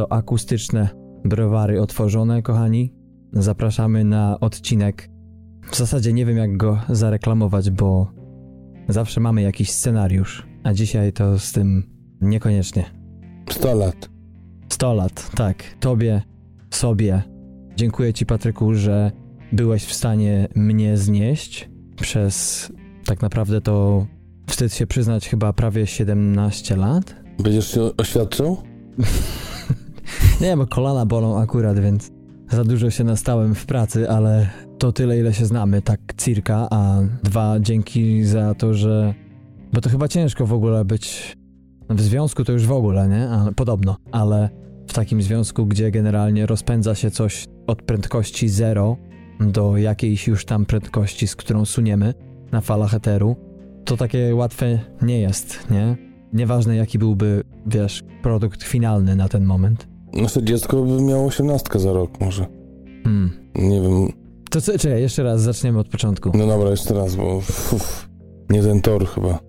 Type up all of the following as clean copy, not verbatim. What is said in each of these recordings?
to akustyczne browary otworzone, kochani. Zapraszamy na odcinek. W zasadzie nie wiem, jak go zareklamować, bo zawsze mamy jakiś scenariusz, a dzisiaj to z tym niekoniecznie. 100 lat. 100 lat, tak. Tobie, sobie. Dziękuję Ci, Patryku, że byłeś w stanie mnie znieść przez tak naprawdę to, wstyd się przyznać, chyba prawie 17 lat. Będziesz się oświadczał? Nie, bo kolana bolą akurat, więc za dużo się nastałem w pracy, ale to tyle, ile się znamy, tak circa, a 2, dzięki za to, że... Bo to chyba ciężko w ogóle być w związku, to już w ogóle, nie? Podobno, ale w takim związku, gdzie generalnie rozpędza się coś od prędkości 0 do jakiejś już tam prędkości, z którą suniemy na falach eteru, to takie łatwe nie jest, nie? Nieważne, jaki byłby, wiesz, produkt finalny na ten moment. Nasze dziecko by miało 18 za rok może. Nie wiem. To co, czekaj, jeszcze raz, zaczniemy od początku. No dobra, jeszcze raz, bo nie ten tor chyba.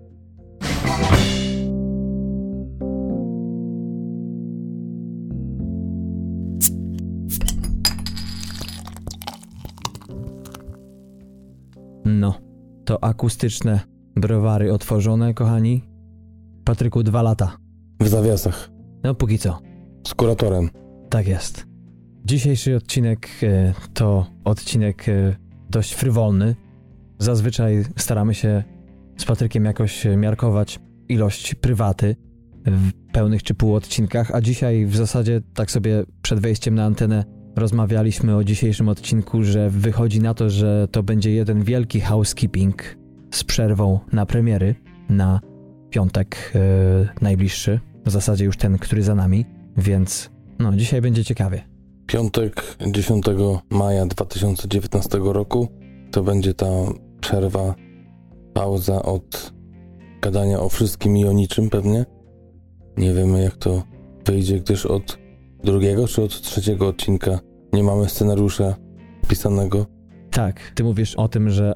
No, to akustyczne browary otworzone, kochani. Patryku, 2 lata. W zawiasach. No, póki co. Z kuratorem. Tak jest. Dzisiejszy odcinek to odcinek dość frywolny. Zazwyczaj staramy się z Patrykiem jakoś miarkować ilość prywaty w pełnych czy półodcinkach, a dzisiaj w zasadzie tak sobie przed wejściem na antenę rozmawialiśmy o dzisiejszym odcinku, że wychodzi na to, że to będzie jeden wielki housekeeping z przerwą na premiery na piątek najbliższy, w zasadzie już ten, który za nami, więc no dzisiaj będzie ciekawie. Piątek 10 maja 2019 roku to będzie ta przerwa, pauza od gadania o wszystkim i o niczym pewnie. Nie wiemy, jak to wyjdzie, gdyż od 2. czy od 3. odcinka nie mamy scenariusza pisanego. Tak, ty mówisz o tym, że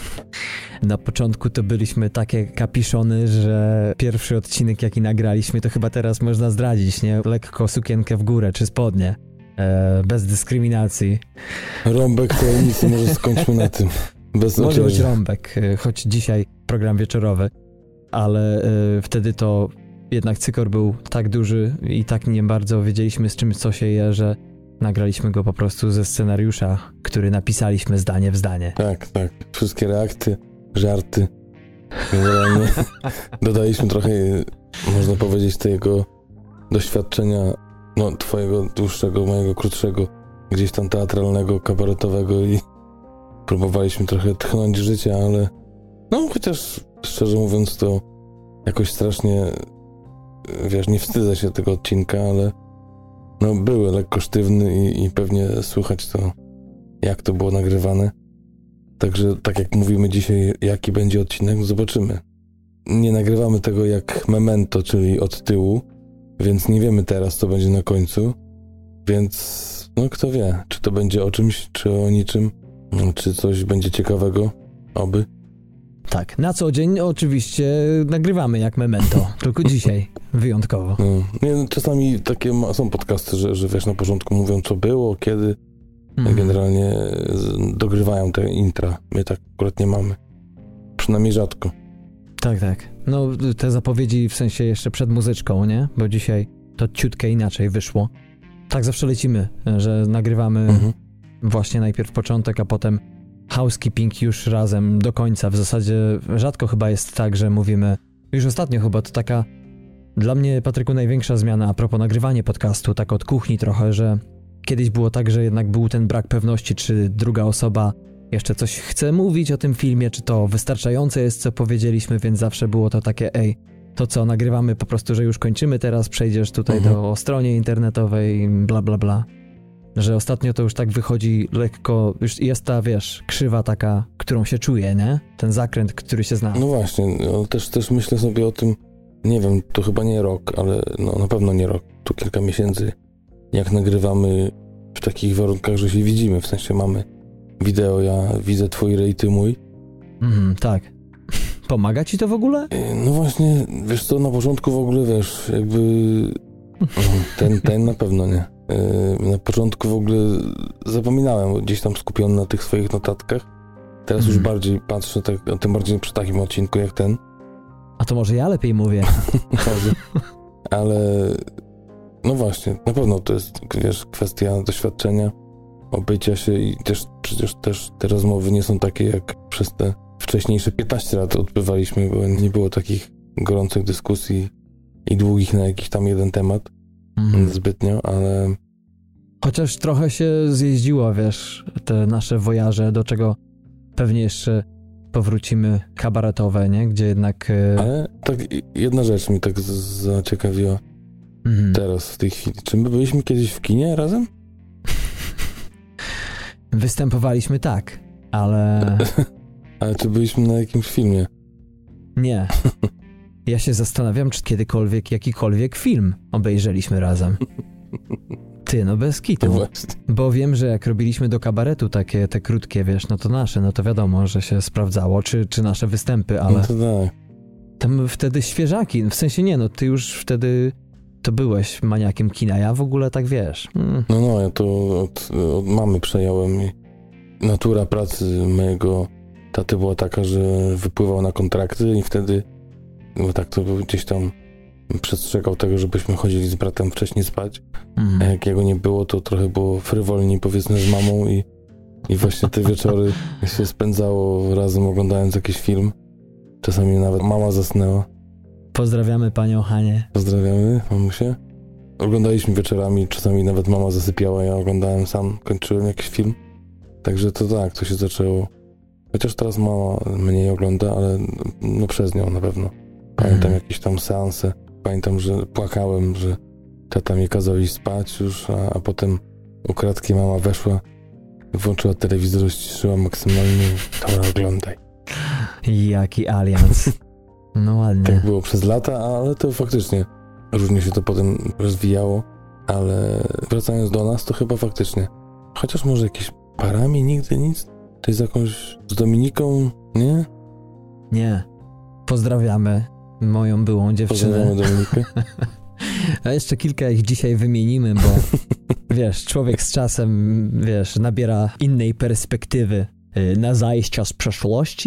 na początku to byliśmy takie kapiszony, że pierwszy odcinek, jaki nagraliśmy, to chyba teraz można zdradzić, nie? Lekko sukienkę w górę, czy spodnie. Bez dyskryminacji. Rąbek tajemnicy, może skończmy na tym. Bez może odzieży. być rąbek, choć dzisiaj program wieczorowy, ale wtedy to jednak cykor był tak duży i tak nie bardzo wiedzieliśmy, z czym co się je, że nagraliśmy go po prostu ze scenariusza, który napisaliśmy zdanie w zdanie. Tak, tak. Wszystkie reakcje, żarty. Generalnie dodaliśmy trochę, można powiedzieć, tego doświadczenia, no twojego dłuższego, mojego krótszego, gdzieś tam teatralnego, kabaretowego i próbowaliśmy trochę tchnąć życia, ale no chociaż szczerze mówiąc to jakoś strasznie, wiesz, nie wstydzę się tego odcinka, ale no były lekko sztywny i pewnie słychać to, jak to było nagrywane. Także tak jak mówimy dzisiaj, jaki będzie odcinek, zobaczymy. Nie nagrywamy tego jak memento, czyli od tyłu, więc nie wiemy teraz, co będzie na końcu, więc no kto wie, czy to będzie o czymś, czy o niczym, czy coś będzie ciekawego, oby. Tak, na co dzień oczywiście nagrywamy jak memento, tylko dzisiaj wyjątkowo. Nie, czasami takie są podcasty, że wiesz, na początku mówią, co było, kiedy, generalnie dogrywają te intra. My tak akurat nie mamy. Przynajmniej rzadko. Tak, tak. No te zapowiedzi w sensie jeszcze przed muzyczką, nie? Bo dzisiaj to ciutkę inaczej wyszło. Tak zawsze lecimy, że nagrywamy właśnie najpierw początek, a potem housekeeping już razem do końca. W zasadzie rzadko chyba jest tak, że mówimy, już ostatnio chyba to taka dla mnie, Patryku, największa zmiana a propos nagrywania podcastu, tak od kuchni trochę, że kiedyś było tak, że jednak był ten brak pewności, czy druga osoba jeszcze coś chce mówić o tym filmie, czy to wystarczające jest, co powiedzieliśmy, więc zawsze było to takie, to co, nagrywamy po prostu, że już kończymy teraz, przejdziesz tutaj o stronie internetowej, bla bla bla. Że ostatnio to już tak wychodzi lekko, już jest ta, wiesz, krzywa taka, którą się czuje, nie? Ten zakręt, który się zna. No właśnie, no też myślę sobie o tym, nie wiem, to chyba nie rok, ale no na pewno nie rok, to kilka miesięcy, jak nagrywamy w takich warunkach, że się widzimy, w sensie mamy wideo, ja widzę twój rej, ty mój. Tak. Pomaga ci to w ogóle? No właśnie, wiesz co, na początku w ogóle, wiesz, jakby Ten na pewno nie. Na początku w ogóle zapominałem, gdzieś tam skupiony na tych swoich notatkach. Teraz już bardziej patrzę, tak, tym bardziej przy takim odcinku jak ten. A to może ja lepiej mówię. Ale no właśnie, na pewno to jest, wiesz, kwestia doświadczenia, obycia się i też przecież też te rozmowy nie są takie jak przez te wcześniejsze 15 lat odbywaliśmy, bo nie było takich gorących dyskusji i długich na jakiś tam jeden temat zbytnio, ale... Chociaż trochę się zjeździło, wiesz, te nasze wojaże, do czego pewnie jeszcze powrócimy, kabaretowe, nie? Gdzie jednak... Ale tak jedna rzecz mi tak zaciekawiła teraz, w tej chwili. Czy my byliśmy kiedyś w kinie razem? Występowaliśmy tak, ale... Ale czy byliśmy na jakimś filmie? Nie. Ja się zastanawiam, czy kiedykolwiek jakikolwiek film obejrzeliśmy razem. Ty, no bez kitu. No właśnie. Bo wiem, że jak robiliśmy do kabaretu takie te krótkie, wiesz, no to nasze, no to wiadomo, że się sprawdzało, czy nasze występy, ale... No to tak. Tam wtedy świeżaki, w sensie nie, no ty już wtedy to byłeś maniakiem kina, ja w ogóle tak wiesz. No, ja to od mamy przejąłem i natura pracy mojego taty była taka, że wypływał na kontrakty i wtedy, bo tak to gdzieś tam przestrzegał tego, żebyśmy chodzili z bratem wcześniej spać, a jak jego nie było, to trochę było frywolniej, powiedzmy, z mamą i właśnie te wieczory się spędzało razem oglądając jakiś film. Czasami nawet mama zasnęła. Pozdrawiamy panią Hanię. Pozdrawiamy, mamusię. Oglądaliśmy wieczorami, czasami nawet mama zasypiała, ja oglądałem sam, kończyłem jakiś film. Także to tak, to się zaczęło. Chociaż teraz mama mniej ogląda, ale no przez nią na pewno. Pamiętam jakieś tam seanse. Pamiętam, że płakałem, że tata mi kazał iść spać już, a potem ukradkiem mama weszła, włączyła telewizor, ściszyła maksymalnie. Dobra, oglądaj. Jaki alians. No ładnie. Tak było przez lata, ale to faktycznie różnie się to potem rozwijało, ale wracając do nas, to chyba faktycznie. Chociaż może jakieś parami, nigdy nic? To jest jakąś z Dominiką, nie? Nie. Pozdrawiamy moją byłą dziewczynę. Pozdrawiamy Dominikę. A jeszcze kilka ich dzisiaj wymienimy, bo wiesz, człowiek z czasem, wiesz, nabiera innej perspektywy na zajścia z przeszłości.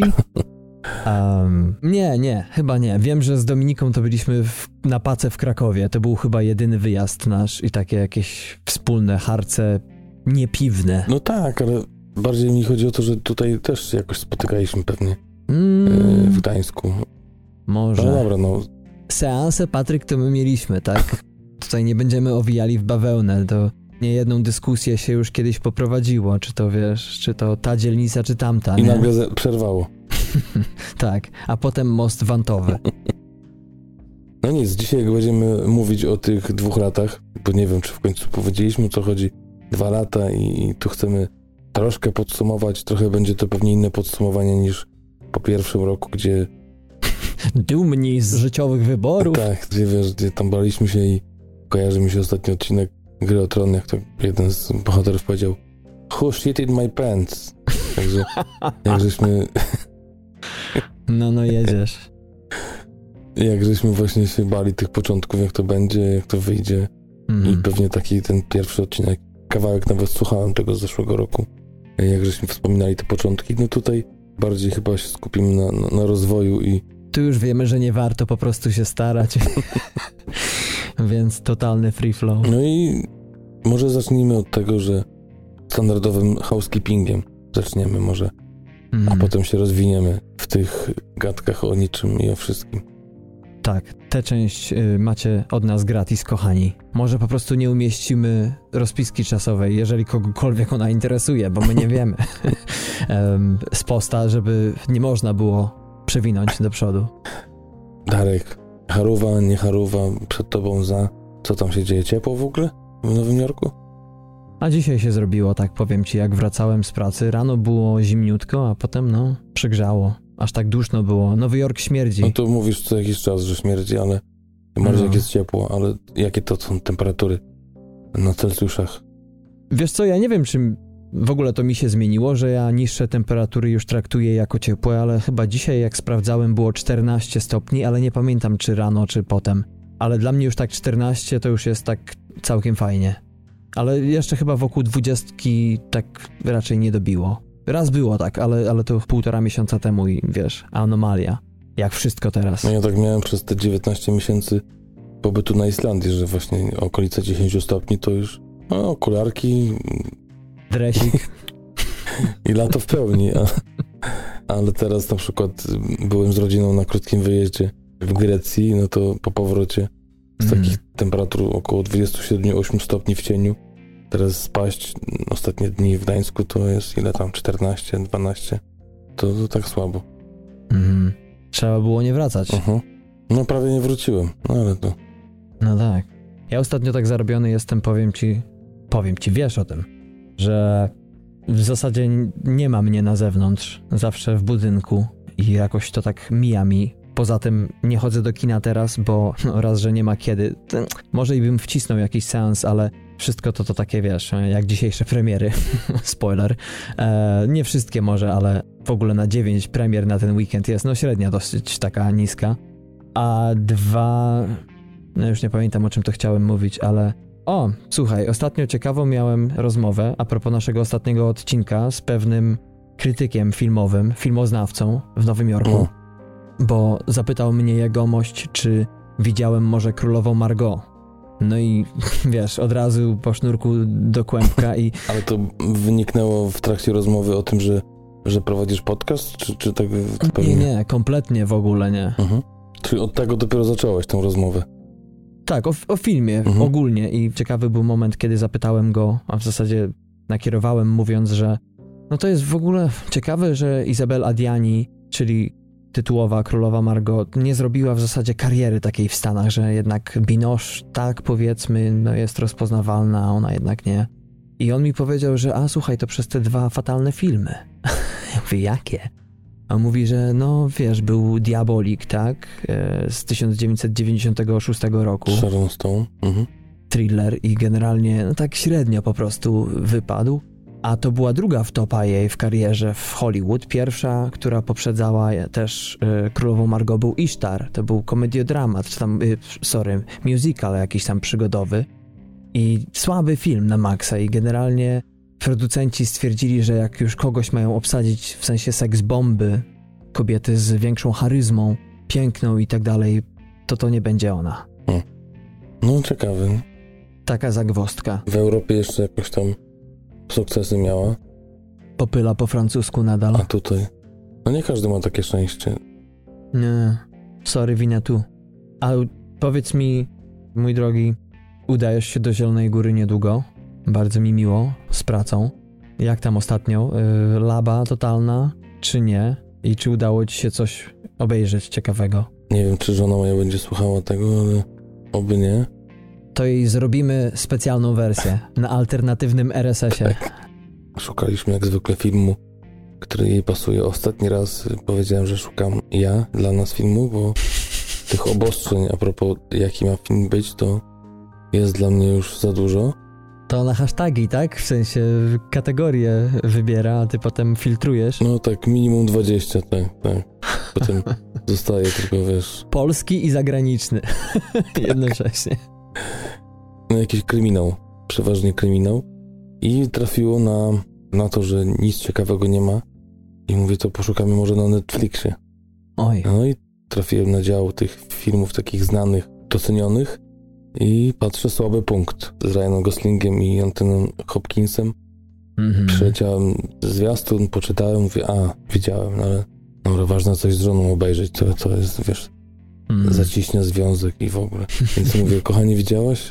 Nie, chyba nie. Wiem, że z Dominiką to byliśmy na Pace w Krakowie. To był chyba jedyny wyjazd nasz i takie jakieś wspólne harce niepiwne. No tak, ale bardziej mi chodzi o to, że tutaj też się jakoś spotykaliśmy pewnie w Gdańsku. Może. No dobra, no. Seanse, Patryk, to my mieliśmy, tak? Tutaj nie będziemy owijali w bawełnę, to niejedną dyskusję się już kiedyś poprowadziło, czy to wiesz, czy to ta dzielnica, czy tamta, I nie? nagle przerwało. Tak, a potem most wantowy. No nic, dzisiaj jak będziemy mówić o tych 2 latach, bo nie wiem, czy w końcu powiedzieliśmy, o co chodzi, 2 lata i tu chcemy troszkę podsumować, trochę będzie to pewnie inne podsumowanie niż po pierwszym roku, gdzie... Dumni z życiowych wyborów. Tak, gdzie wiesz, gdzie tam braliśmy się i kojarzy mi się ostatni odcinek Gry o Tron, jak to jeden z bohaterów powiedział "Who shit in my pants?" Także jak żeśmy... No jedziesz. Jak żeśmy właśnie się bali tych początków, jak to będzie, jak to wyjdzie. I pewnie taki ten pierwszy odcinek, kawałek nawet słuchałem tego z zeszłego roku. Jak żeśmy wspominali te początki, no tutaj bardziej chyba się skupimy na rozwoju i... Tu już wiemy, że nie warto po prostu się starać. Więc totalny free flow. No i może zacznijmy od tego, że standardowym housekeepingiem zaczniemy może, a potem się rozwiniemy w tych gadkach o niczym i o wszystkim. Tak, tę część macie od nas gratis, kochani. Może po prostu nie umieścimy rozpiski czasowej, jeżeli kogokolwiek ona interesuje, bo my nie wiemy. Z posta, żeby nie można było przewinąć do przodu. Darek, haruwa, nie haruwa, przed tobą za... Co tam się dzieje? Ciepło w ogóle w Nowym Jorku? A dzisiaj się zrobiło, tak powiem ci, jak wracałem z pracy. Rano było zimniutko, a potem, przygrzało. Aż tak duszno było. Nowy Jork śmierdzi. No to mówisz co jakiś czas, że śmierdzi, ale bardziej jak jest ciepło, ale jakie to są temperatury na Celsjuszach? Wiesz co, ja nie wiem, czy w ogóle to mi się zmieniło, że ja niższe temperatury już traktuję jako ciepłe, ale chyba dzisiaj, jak sprawdzałem, było 14 stopni, ale nie pamiętam, czy rano, czy potem. ale dla mnie już tak 14 to już jest tak całkiem fajnie. Ale jeszcze chyba wokół 20 tak raczej nie dobiło. Raz było tak, ale to 1,5 miesiąca temu i wiesz, anomalia. Jak wszystko teraz. No ja tak miałem przez te 19 miesięcy pobytu na Islandii, że właśnie okolice 10 stopni to już okularki, dresik i lato w pełni, ale teraz na przykład byłem z rodziną na krótkim wyjeździe w Grecji, no to po powrocie z takich temperatur około 27-8 stopni w cieniu, teraz spaść ostatnie dni w Gdańsku to jest ile tam, 14, 12, to tak słabo. Trzeba było nie wracać. No prawie nie wróciłem, no ale to... No tak. Ja ostatnio tak zarobiony jestem, powiem ci, wiesz o tym, że w zasadzie nie ma mnie na zewnątrz, zawsze w budynku i jakoś to tak mija mi. Poza tym nie chodzę do kina teraz, bo raz, że nie ma kiedy. Może i bym wcisnął jakiś seans, ale wszystko to takie, wiesz, jak dzisiejsze premiery. Spoiler. Nie wszystkie może, ale w ogóle na 9 premier na ten weekend jest, no średnia dosyć taka niska. A 2... No już nie pamiętam, o czym to chciałem mówić, ale... O, słuchaj, ostatnio ciekawą miałem rozmowę a propos naszego ostatniego odcinka z pewnym krytykiem filmowym, filmoznawcą w Nowym Jorku, bo zapytał mnie jegomość, czy widziałem może Królową Margot. No i wiesz, od razu po sznurku do kłębka i... Ale to wyniknęło w trakcie rozmowy o tym, że prowadzisz podcast, czy tak... Nie, kompletnie w ogóle nie. Czyli od tego dopiero zacząłeś tę rozmowę? Tak, o filmie ogólnie i ciekawy był moment, kiedy zapytałem go, a w zasadzie nakierowałem mówiąc, że no to jest w ogóle ciekawe, że Isabelle Adjani, czyli tytułowa Królowa Margot, nie zrobiła w zasadzie kariery takiej w Stanach, że jednak Binoche, tak powiedzmy, no jest rozpoznawalna, a ona jednak nie. I on mi powiedział, że słuchaj, to przez te 2 fatalne filmy. Ja mówię, jakie? A on mówi, że no wiesz, był Diabolik, tak? Z 1996 roku. Sharon Stone. Thriller i generalnie no tak średnio po prostu wypadł. A to była druga wtopa jej w karierze w Hollywood. Pierwsza, która poprzedzała też Królową Margot, był Ishtar. To był komediodramat, czy tam, musical jakiś tam przygodowy. I słaby film na maksa i generalnie producenci stwierdzili, że jak już kogoś mają obsadzić w sensie seks bomby, kobiety z większą charyzmą, piękną i tak dalej, to nie będzie ona. No ciekawy. Taka zagwozdka. W Europie jeszcze jakoś tam sukcesy miała. Popyla po francusku nadal. A tutaj? No nie każdy ma takie szczęście. Nie, sorry, wina tu. A powiedz mi, mój drogi, udajesz się do Zielonej Góry niedługo? Bardzo mi miło, z pracą. Jak tam ostatnio? Laba totalna, czy nie? I czy udało ci się coś obejrzeć ciekawego? Nie wiem, czy żona moja będzie słuchała tego, ale oby nie. To jej zrobimy specjalną wersję na alternatywnym RSS-ie. Tak. Szukaliśmy jak zwykle filmu, który jej pasuje. Ostatni raz powiedziałem, że szukam ja dla nas filmu, bo tych obostrzeń a propos jaki ma film być, to jest dla mnie już za dużo. To na hashtagi, tak? W sensie kategorie wybiera, a ty potem filtrujesz. No tak, minimum 20, tak. Potem zostaje tylko, wiesz... Polski i zagraniczny. Jednocześnie. No jakiś kryminał, przeważnie kryminał. I trafiło na to, że nic ciekawego nie ma. I mówię, to poszukamy może na Netflixie. Oj. No i trafiłem na dział tych filmów takich znanych, docenionych. I patrzę, słaby punkt z Ryanem Goslingiem i Antonym Hopkinsem. Przeleciałem zwiastun, poczytałem, mówię, widziałem, no ale dobra, ważne coś z żoną obejrzeć, to jest, wiesz, zaciśnie związek i w ogóle. Więc mówię, kochanie, widziałaś?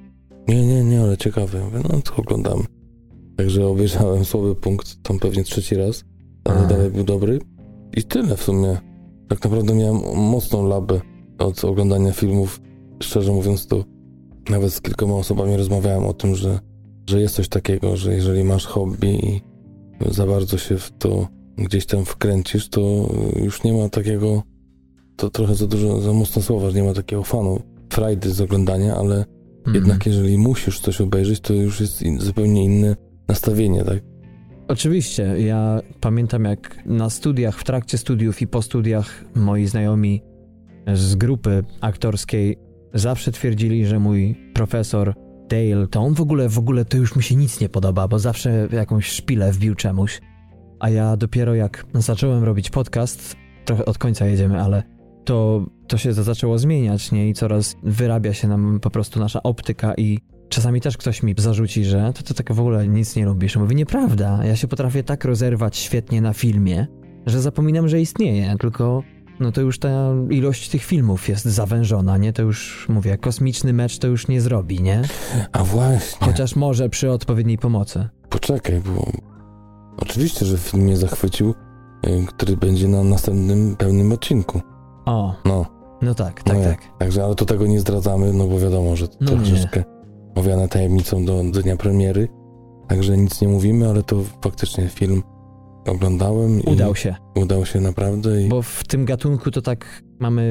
Nie, ale ciekawe. Mówię, no to oglądamy. Także obejrzałem słaby punkt, tam pewnie 3. raz, ale dalej był dobry. I tyle w sumie. Tak naprawdę miałem mocną labę od oglądania filmów. Szczerze mówiąc, to nawet z kilkoma osobami rozmawiałem o tym, że jest coś takiego, że jeżeli masz hobby i za bardzo się w to gdzieś tam wkręcisz, to już nie ma takiego, to trochę za dużo, za mocne słowa, że nie ma takiego fanu, frajdy z oglądania, ale jednak jeżeli musisz coś obejrzeć, to już jest zupełnie inne nastawienie, tak? Oczywiście. Ja pamiętam, jak na studiach, w trakcie studiów i po studiach moi znajomi z grupy aktorskiej zawsze twierdzili, że mój profesor Dale, to on w ogóle to już mu się nic nie podoba, bo zawsze jakąś szpilę wbił czemuś. A ja dopiero jak zacząłem robić podcast, trochę od końca jedziemy, ale to się zaczęło zmieniać, nie? I coraz wyrabia się nam po prostu nasza optyka i czasami też ktoś mi zarzuci, że to tak w ogóle nic nie lubisz. Mówię, nieprawda, ja się potrafię tak rozerwać świetnie na filmie, że zapominam, że istnieje, tylko no to już ta ilość tych filmów jest zawężona, nie? To już, mówię, kosmiczny mecz to już nie zrobi, nie? A właśnie. Chociaż może przy odpowiedniej pomocy. Poczekaj, bo oczywiście, że film mnie zachwycił, który będzie na następnym pełnym odcinku. O, no tak. Także, ale to tego nie zdradzamy, no bo wiadomo, że to troszeczkę owiane tajemnicą do dnia premiery. Także nic nie mówimy, ale to faktycznie film oglądałem. Udał się naprawdę. Bo w tym gatunku to tak mamy...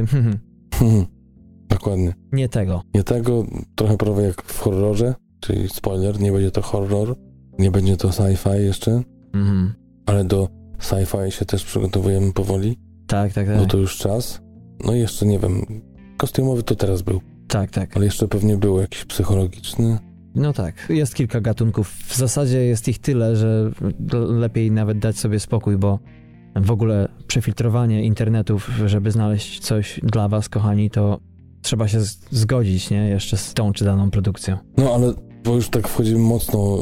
Dokładnie. Nie tego, trochę prawie jak w horrorze, czyli spoiler, nie będzie to horror, nie będzie to sci-fi jeszcze, ale do sci-fi się też przygotowujemy powoli. Tak. Bo to już czas. No i jeszcze, nie wiem, kostiumowy to teraz był. Tak. Ale jeszcze pewnie był jakiś psychologiczny. No tak, jest kilka gatunków. W zasadzie jest ich tyle, że lepiej nawet dać sobie spokój, bo w ogóle przefiltrowanie internetów, żeby znaleźć coś dla was, kochani, to trzeba się zgodzić, nie? Jeszcze z tą czy daną produkcją. No ale bo już tak wchodzimy mocno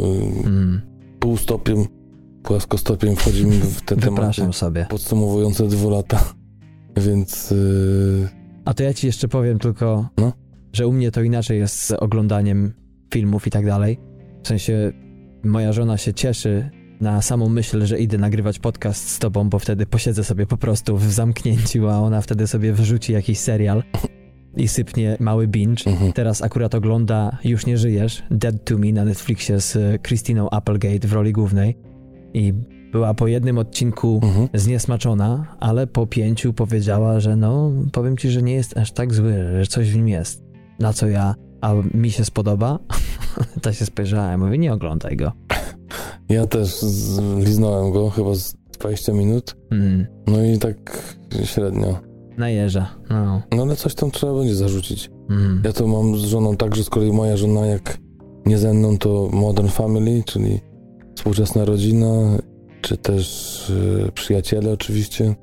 półstopiem, płaskostopiem wchodzimy w te tematy sobie. Podsumowujące 2 lata, więc... A to ja ci jeszcze powiem tylko, że u mnie to inaczej jest z oglądaniem filmów i tak dalej. W sensie moja żona się cieszy na samą myśl, że idę nagrywać podcast z tobą, bo wtedy posiedzę sobie po prostu w zamknięciu, a ona wtedy sobie wrzuci jakiś serial i sypnie mały binge. Teraz akurat ogląda Już nie żyjesz, Dead to Me na Netflixie z Christiną Applegate w roli głównej i była po jednym odcinku zniesmaczona, ale po 5 powiedziała, że no, powiem ci, że nie jest aż tak zły, że coś w nim jest. Na co a mi się spodoba? Ta się spojrzała, ja mówię, nie oglądaj go. Ja też liznąłem go chyba z 20 minut. No i tak średnio. Na jeża, no. No ale coś tam trzeba będzie zarzucić. Ja to mam z żoną tak, że z kolei moja żona jak nie ze mną, to Modern Family, czyli współczesna rodzina, czy też przyjaciele oczywiście.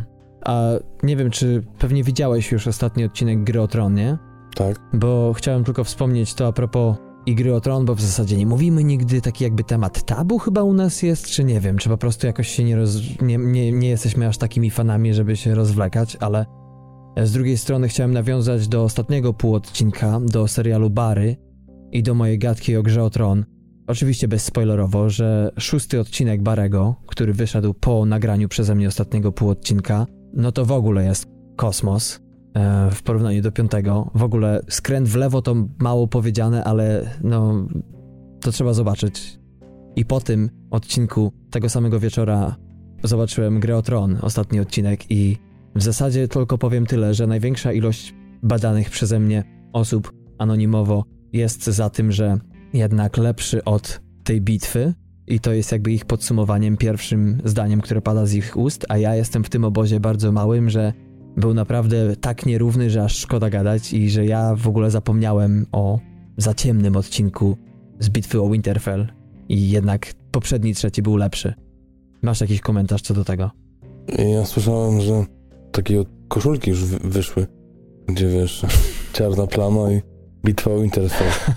A nie wiem, czy pewnie widziałeś już ostatni odcinek Gry o Tron, nie? Tak. Bo chciałem tylko wspomnieć to a propos i Gry o Tron, bo w zasadzie nie mówimy nigdy, taki jakby temat tabu chyba u nas jest, czy nie wiem, czy po prostu jakoś się nie jesteśmy aż takimi fanami, żeby się rozwlekać, ale z drugiej strony chciałem nawiązać do ostatniego półodcinka, do serialu Barry i do mojej gadki o Grze o Tron. Oczywiście bezspoilerowo, że 6. odcinek Barrego, który wyszedł po nagraniu przeze mnie ostatniego półodcinka, no to w ogóle jest kosmos. W porównaniu do 5. W ogóle skręt w lewo to mało powiedziane, ale no to trzeba zobaczyć. I po tym odcinku tego samego wieczora zobaczyłem Grę o Tron, ostatni odcinek i w zasadzie tylko powiem tyle, że największa ilość badanych przeze mnie osób anonimowo jest za tym, że jednak lepszy od tej bitwy i to jest jakby ich podsumowaniem, pierwszym zdaniem, które pada z ich ust, a ja jestem w tym obozie bardzo małym, że był naprawdę tak nierówny, że aż szkoda gadać i że ja w ogóle zapomniałem o zaciemnym odcinku z bitwy o Winterfell i jednak poprzedni 3 był lepszy. Masz jakiś komentarz co do tego? Ja słyszałem, że takie koszulki już wyszły, gdzie wiesz, czarna plama i bitwa o Winterfell.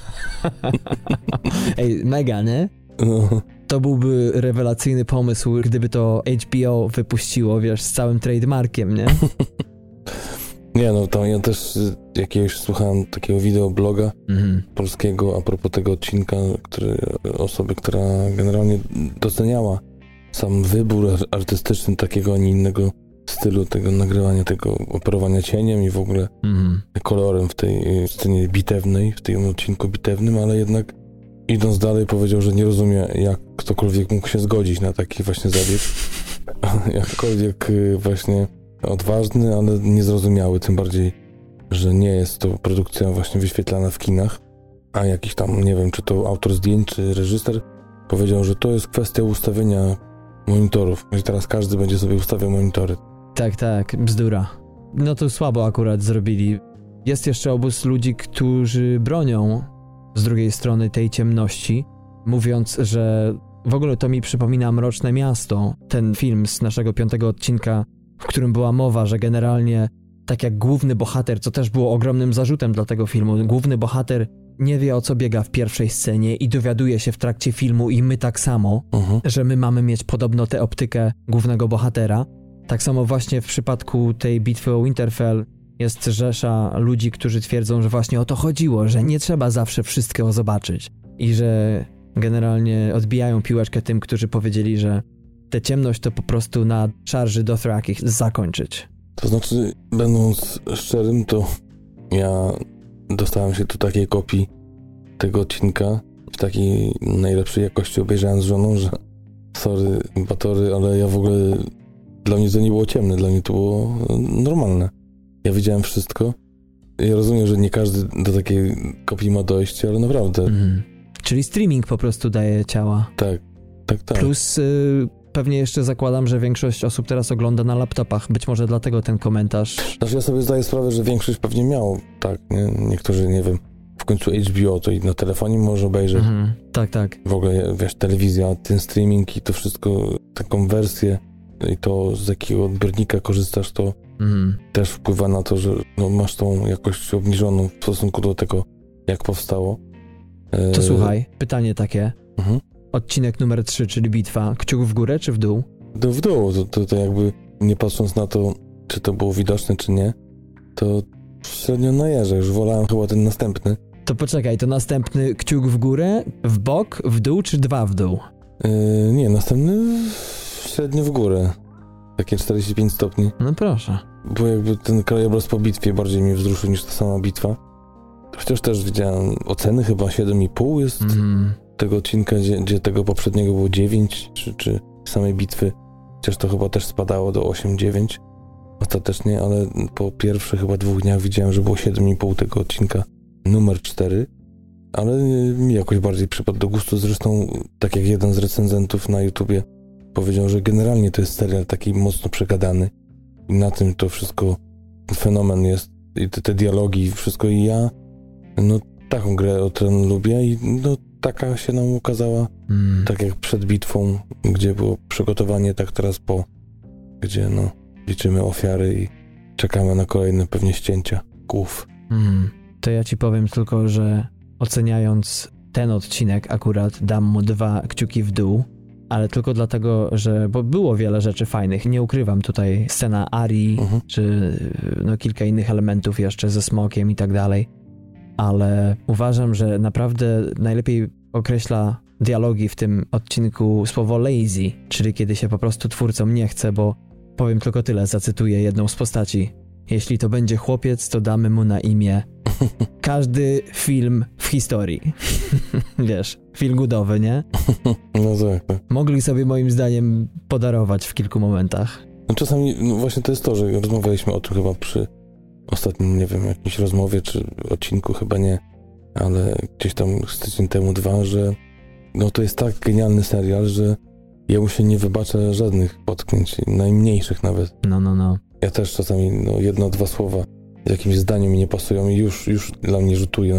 Ej, mega, nie? No. To byłby rewelacyjny pomysł, gdyby to HBO wypuściło, wiesz, z całym trademarkiem, nie? Nie, no tam ja też jakiegoś słuchałem takiego wideobloga polskiego a propos tego odcinka, osoby, która generalnie doceniała sam wybór artystyczny takiego, a nie innego stylu tego nagrywania, tego operowania cieniem i w ogóle kolorem w tej scenie bitewnej, w tym odcinku bitewnym, ale jednak idąc dalej powiedział, że nie rozumie, jak ktokolwiek mógł się zgodzić na taki właśnie zabieg. Jakkolwiek właśnie odważny, ale niezrozumiały, tym bardziej, że nie jest to produkcja właśnie wyświetlana w kinach, a jakiś tam, nie wiem, czy to autor zdjęć, czy reżyser powiedział, że to jest kwestia ustawienia monitorów, że teraz każdy będzie sobie ustawiał monitory. Tak, bzdura. No to słabo akurat zrobili. jest jeszcze obóz ludzi, którzy bronią z drugiej strony tej ciemności, mówiąc, że w ogóle to mi przypomina Mroczne Miasto, ten film z naszego 5. odcinka, w którym była mowa, że generalnie tak jak główny bohater, co też było ogromnym zarzutem dla tego filmu, główny bohater nie wie, o co biega w pierwszej scenie i dowiaduje się w trakcie filmu i my tak samo, że my mamy mieć podobno tę optykę głównego bohatera. Tak samo właśnie w przypadku tej bitwy o Winterfell jest rzesza ludzi, którzy twierdzą, że właśnie o to chodziło, że nie trzeba zawsze wszystkiego zobaczyć i że generalnie odbijają piłeczkę tym, którzy powiedzieli, że tę ciemność to po prostu na szarży Dothraki zakończyć. To znaczy, będąc szczerym, to ja dostałem się do takiej kopii tego odcinka w takiej najlepszej jakości, obejrzałem z żoną, że sorry, batory, ale ja w ogóle, dla mnie to nie było ciemne, dla mnie to było normalne. Ja widziałem wszystko. Ja rozumiem, że nie każdy do takiej kopii ma dojście, ale naprawdę. Czyli streaming po prostu daje ciała. Tak. Plus pewnie jeszcze zakładam, że większość osób teraz ogląda na laptopach. Być może dlatego ten komentarz. Znaczy ja sobie zdaję sprawę, że większość pewnie miało, tak, nie? Niektórzy, nie wiem, w końcu HBO to i na telefonie może obejrzeć. Tak. W ogóle, wiesz, telewizja, ten streaming i to wszystko, taką wersję i to z jakiego odbiornika korzystasz, to też wpływa na to, że no, masz tą jakość obniżoną w stosunku do tego, jak powstało. To słuchaj, pytanie takie. Odcinek numer 3, czyli bitwa. Kciuk w górę czy w dół? W dół. To jakby nie patrząc na to, czy to było widoczne, czy nie, to średnio na jerze. Już wolałem chyba ten następny. To poczekaj, to następny kciuk w górę, w bok, w dół czy 2 w dół? Nie, następny średnio w górę. Takie 45 stopni. No proszę. Bo jakby ten krajobraz po bitwie bardziej mnie wzruszył niż ta sama bitwa. Chociaż też widziałem oceny, chyba 7,5 jest tego odcinka, gdzie tego poprzedniego było 9, czy samej bitwy. Chociaż to chyba też spadało do 8-9 ostatecznie, ale po pierwszych chyba 2 dniach widziałem, że było 7,5 tego odcinka numer 4, ale mi jakoś bardziej przypadł do gustu. Zresztą, tak jak jeden z recenzentów na YouTubie powiedział, że generalnie to jest serial taki mocno przegadany i na tym to wszystko fenomen jest i te dialogi, wszystko i ja no taką grę o ten lubię i no taka się nam ukazała, tak jak przed bitwą, gdzie było przygotowanie, tak teraz po, gdzie no liczymy ofiary i czekamy na kolejne pewnie ścięcia głów. To ja ci powiem tylko, że oceniając ten odcinek akurat dam mu 2 kciuki w dół, ale tylko dlatego, że bo było wiele rzeczy fajnych, nie ukrywam, tutaj scena Arii, czy no kilka innych elementów jeszcze ze smokiem i tak dalej, ale uważam, że naprawdę najlepiej określa dialogi w tym odcinku słowo lazy, czyli kiedy się po prostu twórcom nie chce, bo powiem tylko tyle, zacytuję jedną z postaci. Jeśli to będzie chłopiec, to damy mu na imię każdy film w historii. Wiesz, feel goodowy, nie? No tak. Mogli sobie moim zdaniem podarować w kilku momentach. No czasami no właśnie to jest to, że rozmawialiśmy o tym chyba przy ostatnim, nie wiem, jakiejś rozmowie czy odcinku, chyba nie, ale gdzieś tam z tydzień temu 2, że no to jest tak genialny serial, że jemu się nie wybacza żadnych potknięć, najmniejszych nawet. No. Ja też czasami 1-2 słowa z jakimś zdaniem mi nie pasują i już dla mnie rzutuje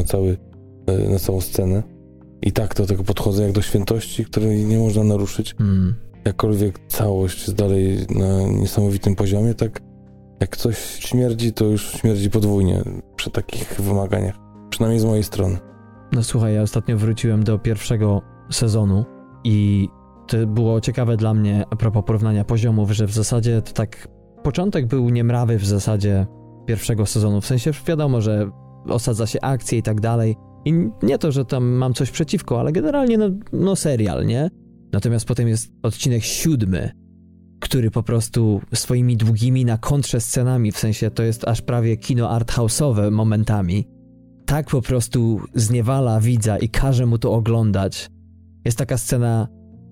na całą scenę. I tak do tego podchodzę jak do świętości, której nie można naruszyć. Jakkolwiek całość jest dalej na niesamowitym poziomie, tak jak coś śmierdzi, to już śmierdzi podwójnie przy takich wymaganiach. Przynajmniej z mojej strony. No słuchaj, ja ostatnio wróciłem do pierwszego sezonu i to było ciekawe dla mnie a propos porównania poziomów, że w zasadzie to tak początek był niemrawy w zasadzie pierwszego sezonu, w sensie wiadomo, że osadza się akcje i tak dalej i nie to, że tam mam coś przeciwko, ale generalnie no serial, nie? Natomiast potem jest odcinek 7, który po prostu swoimi długimi na kontrze scenami, w sensie to jest aż prawie kino arthouse'owe momentami, tak po prostu zniewala widza i każe mu to oglądać. Jest taka scena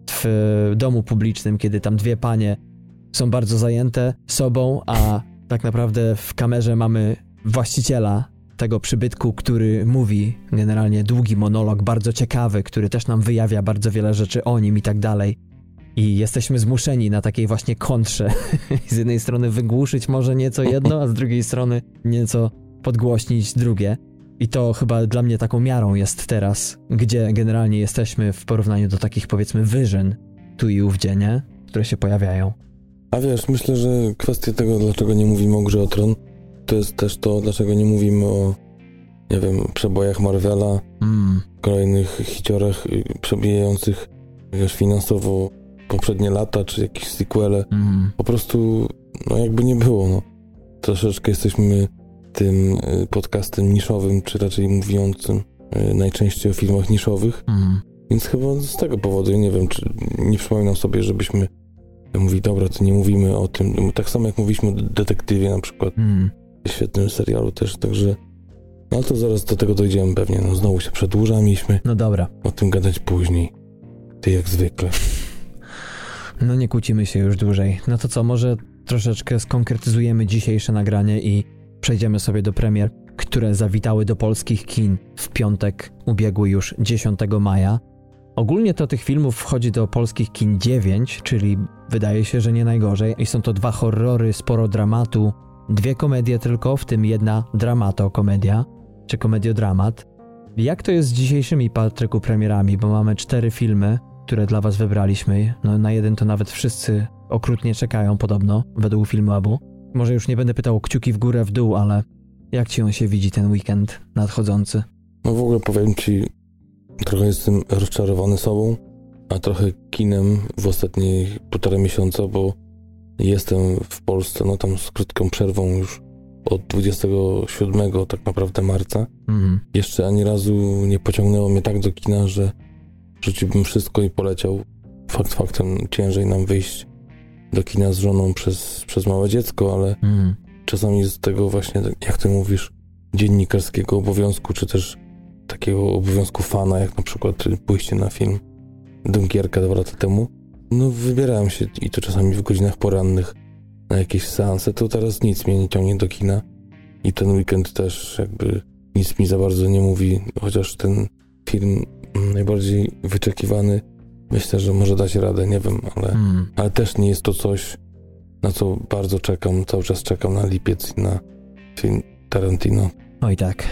w domu publicznym, kiedy tam 2 panie są bardzo zajęte sobą, a tak naprawdę w kamerze mamy właściciela tego przybytku, który mówi generalnie długi monolog, bardzo ciekawy, który też nam wyjawia bardzo wiele rzeczy o nim i tak dalej. I jesteśmy zmuszeni na takiej właśnie kontrze. Z jednej strony wygłuszyć może nieco jedno, a z drugiej strony nieco podgłośnić drugie. I to chyba dla mnie taką miarą jest teraz, gdzie generalnie jesteśmy w porównaniu do takich, powiedzmy, wyżyn tu i ówdzie, nie? Które się pojawiają. A wiesz, myślę, że kwestia tego, dlaczego nie mówimy o Grze o Tron, to jest też to, dlaczego nie mówimy o, nie wiem, przebojach Marvela, kolejnych hiciorach przebijających, wiesz, finansowo poprzednie lata, czy jakieś sequele. Po prostu, no jakby nie było, no. Troszeczkę jesteśmy tym podcastem niszowym, czy raczej mówiącym najczęściej o filmach niszowych, więc chyba z tego powodu, ja nie wiem, czy nie przypominam sobie, żebyśmy mówili, dobra, to nie mówimy o tym, tak samo jak mówiliśmy o Detektywie na przykład, świetnym serialu też, także no ale to zaraz do tego dojdziemy pewnie, no znowu się przedłuża, mieliśmy no dobra. O tym gadać później, ty jak zwykle. No nie kłócimy się już dłużej, no to co, może troszeczkę skonkretyzujemy dzisiejsze nagranie i przejdziemy sobie do premier, które zawitały do polskich kin w piątek ubiegły już 10 maja. Ogólnie to tych filmów wchodzi do polskich kin 9, czyli wydaje się, że nie najgorzej. I są to 2 horrory, sporo dramatu, 2 komedie tylko, w tym jedna dramato-komedia, czy komediodramat. Jak to jest z dzisiejszymi, Patryku, premierami? Bo mamy 4 filmy, które dla was wybraliśmy. No na jeden to nawet wszyscy okrutnie czekają podobno, według Filmwabu. Może już nie będę pytał o kciuki w górę, w dół, ale jak ci on się widzi ten weekend nadchodzący? No w ogóle powiem ci, trochę jestem rozczarowany sobą, a trochę kinem w ostatnie 1,5 miesiąca, bo jestem w Polsce, no tam z krótką przerwą już od 27 tak naprawdę marca. Jeszcze ani razu nie pociągnęło mnie tak do kina, że rzuciłbym wszystko i poleciał. Fakt faktem, ciężej nam wyjść do kina z żoną przez małe dziecko, ale czasami z tego właśnie, jak ty mówisz, dziennikarskiego obowiązku, czy też takiego obowiązku fana, jak na przykład pójście na film Dunkierka 2 lata temu, no wybierałem się i to czasami w godzinach porannych na jakieś seanse, to teraz nic mnie nie ciągnie do kina i ten weekend też jakby nic mi za bardzo nie mówi, chociaż ten film najbardziej wyczekiwany, myślę, że może dać radę, nie wiem, ale też nie jest to coś, na co bardzo czekam, cały czas czekam na lipiec i na film Tarantino. Oj tak.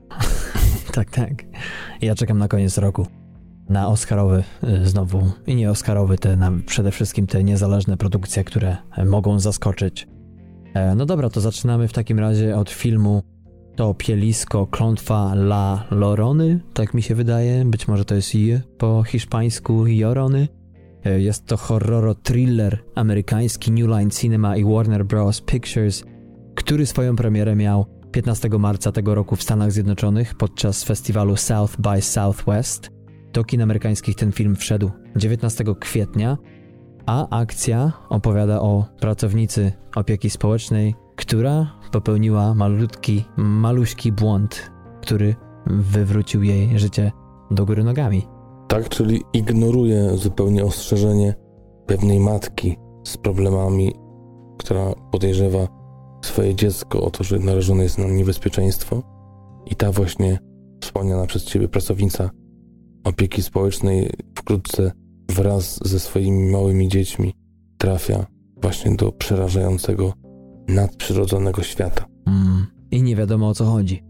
tak. Ja czekam na koniec roku. Na Oscarowy znowu. I nie Oscarowy, przede wszystkim te niezależne produkcje, które mogą zaskoczyć. No dobra, to zaczynamy w takim razie od filmu To Pielisko, Klątwa La Llorony, tak mi się wydaje. Być może to jest po hiszpańsku Llorony. Jest to horror-thriller amerykański New Line Cinema i Warner Bros. Pictures, który swoją premierę miał 15 marca tego roku w Stanach Zjednoczonych podczas festiwalu South by Southwest. Do kin amerykańskich ten film wszedł 19 kwietnia, a akcja opowiada o pracownicy opieki społecznej, która popełniła maluśki błąd, który wywrócił jej życie do góry nogami. Tak, czyli ignoruje zupełnie ostrzeżenie pewnej matki z problemami, która podejrzewa swoje dziecko o to, że narażone jest na niebezpieczeństwo i ta właśnie wspomniana przez ciebie pracownica opieki społecznej wkrótce wraz ze swoimi małymi dziećmi trafia właśnie do przerażającego, nadprzyrodzonego świata. I nie wiadomo o co chodzi.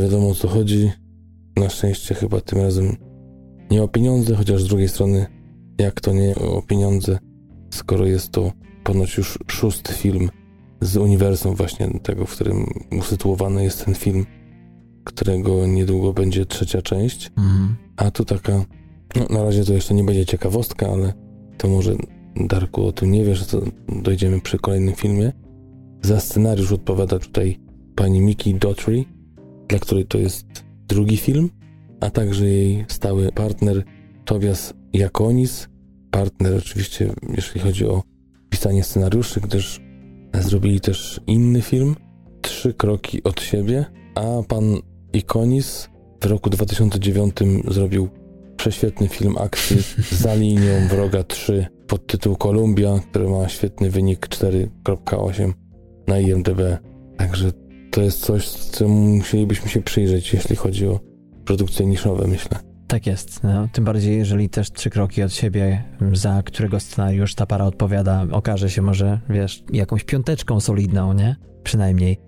Na szczęście chyba tym razem nie o pieniądze, chociaż z drugiej strony jak to nie o pieniądze, skoro jest to ponoć już 6. film z uniwersum właśnie tego, w którym usytuowany jest ten film, którego niedługo będzie 3. część. A tu taka, no na razie to jeszcze nie będzie ciekawostka, ale to może Darku o tym nie wiesz, to dojdziemy przy kolejnym filmie. Za scenariusz odpowiada tutaj pani Mickey Dougherty, dla której to jest 2. film, a także jej stały partner Tobias Jakonis, partner oczywiście jeśli chodzi o pisanie scenariuszy, gdyż zrobili też inny film, 3 kroki od siebie, a pan Ikonis w roku 2009 zrobił prześwietny film akcji Za linią wroga 3 pod tytuł Columbia, który ma świetny wynik 4.8 na IMDb. Także to jest coś, co musielibyśmy się przyjrzeć, jeśli chodzi o produkcje niszowe, myślę. Tak jest. No, tym bardziej, jeżeli też 3 kroki od siebie, za którego scenariusz ta para odpowiada, okaże się może, wiesz, jakąś 5 solidną, nie? Przynajmniej.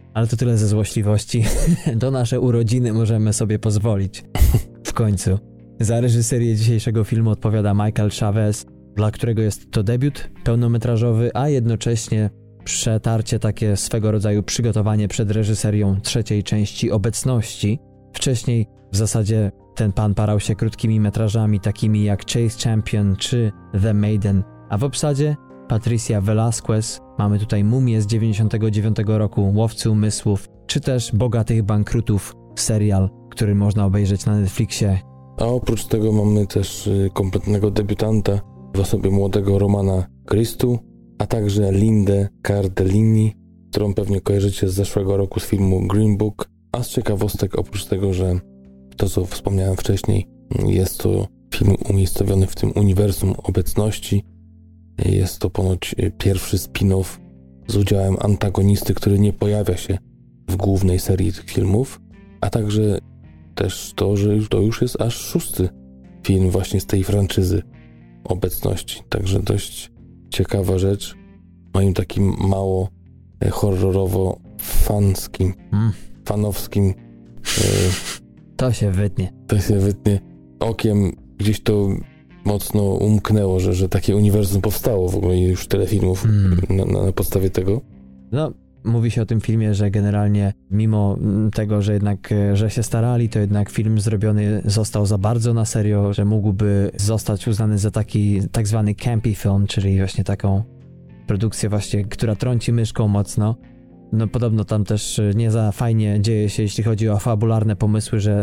Ale to tyle ze złośliwości. To nasze urodziny możemy sobie pozwolić. W końcu. Za reżyserię dzisiejszego filmu odpowiada Michael Chavez, dla którego jest to debiut pełnometrażowy, a jednocześnie przetarcie takie swego rodzaju przygotowanie przed reżyserią trzeciej części Obecności. Wcześniej w zasadzie ten pan parał się krótkimi metrażami takimi jak Chase Champion czy The Maiden, a w obsadzie Patricia Velasquez, mamy tutaj Mumię z 99 roku, Łowcy Umysłów, czy też Bogatych Bankrutów, serial, który można obejrzeć na Netflixie. A oprócz tego mamy też kompletnego debiutanta w osobie młodego Romana Christu, a także Lindę Cardellini, którą pewnie kojarzycie z zeszłego roku z filmu Green Book. A z ciekawostek, oprócz tego, że to, co wspomniałem wcześniej, jest to film umiejscowiony w tym uniwersum Obecności. Jest to ponoć pierwszy spin-off z udziałem antagonisty, który nie pojawia się w głównej serii tych filmów, a także też to, że to już jest aż 6. film właśnie z tej franczyzy Obecności. Także dość ciekawa rzecz. Moim takim mało horrorowo-fanowskim To się wytnie. Okiem gdzieś to mocno umknęło, że takie uniwersum powstało w ogóle i już tyle filmów na podstawie tego. No, mówi się o tym filmie, że generalnie mimo tego, że jednak, że się starali, to jednak film zrobiony został za bardzo na serio, że mógłby zostać uznany za taki tak zwany campy film, czyli właśnie taką produkcję właśnie, która trąci myszką mocno. No podobno tam też nie za fajnie dzieje się, jeśli chodzi o fabularne pomysły, że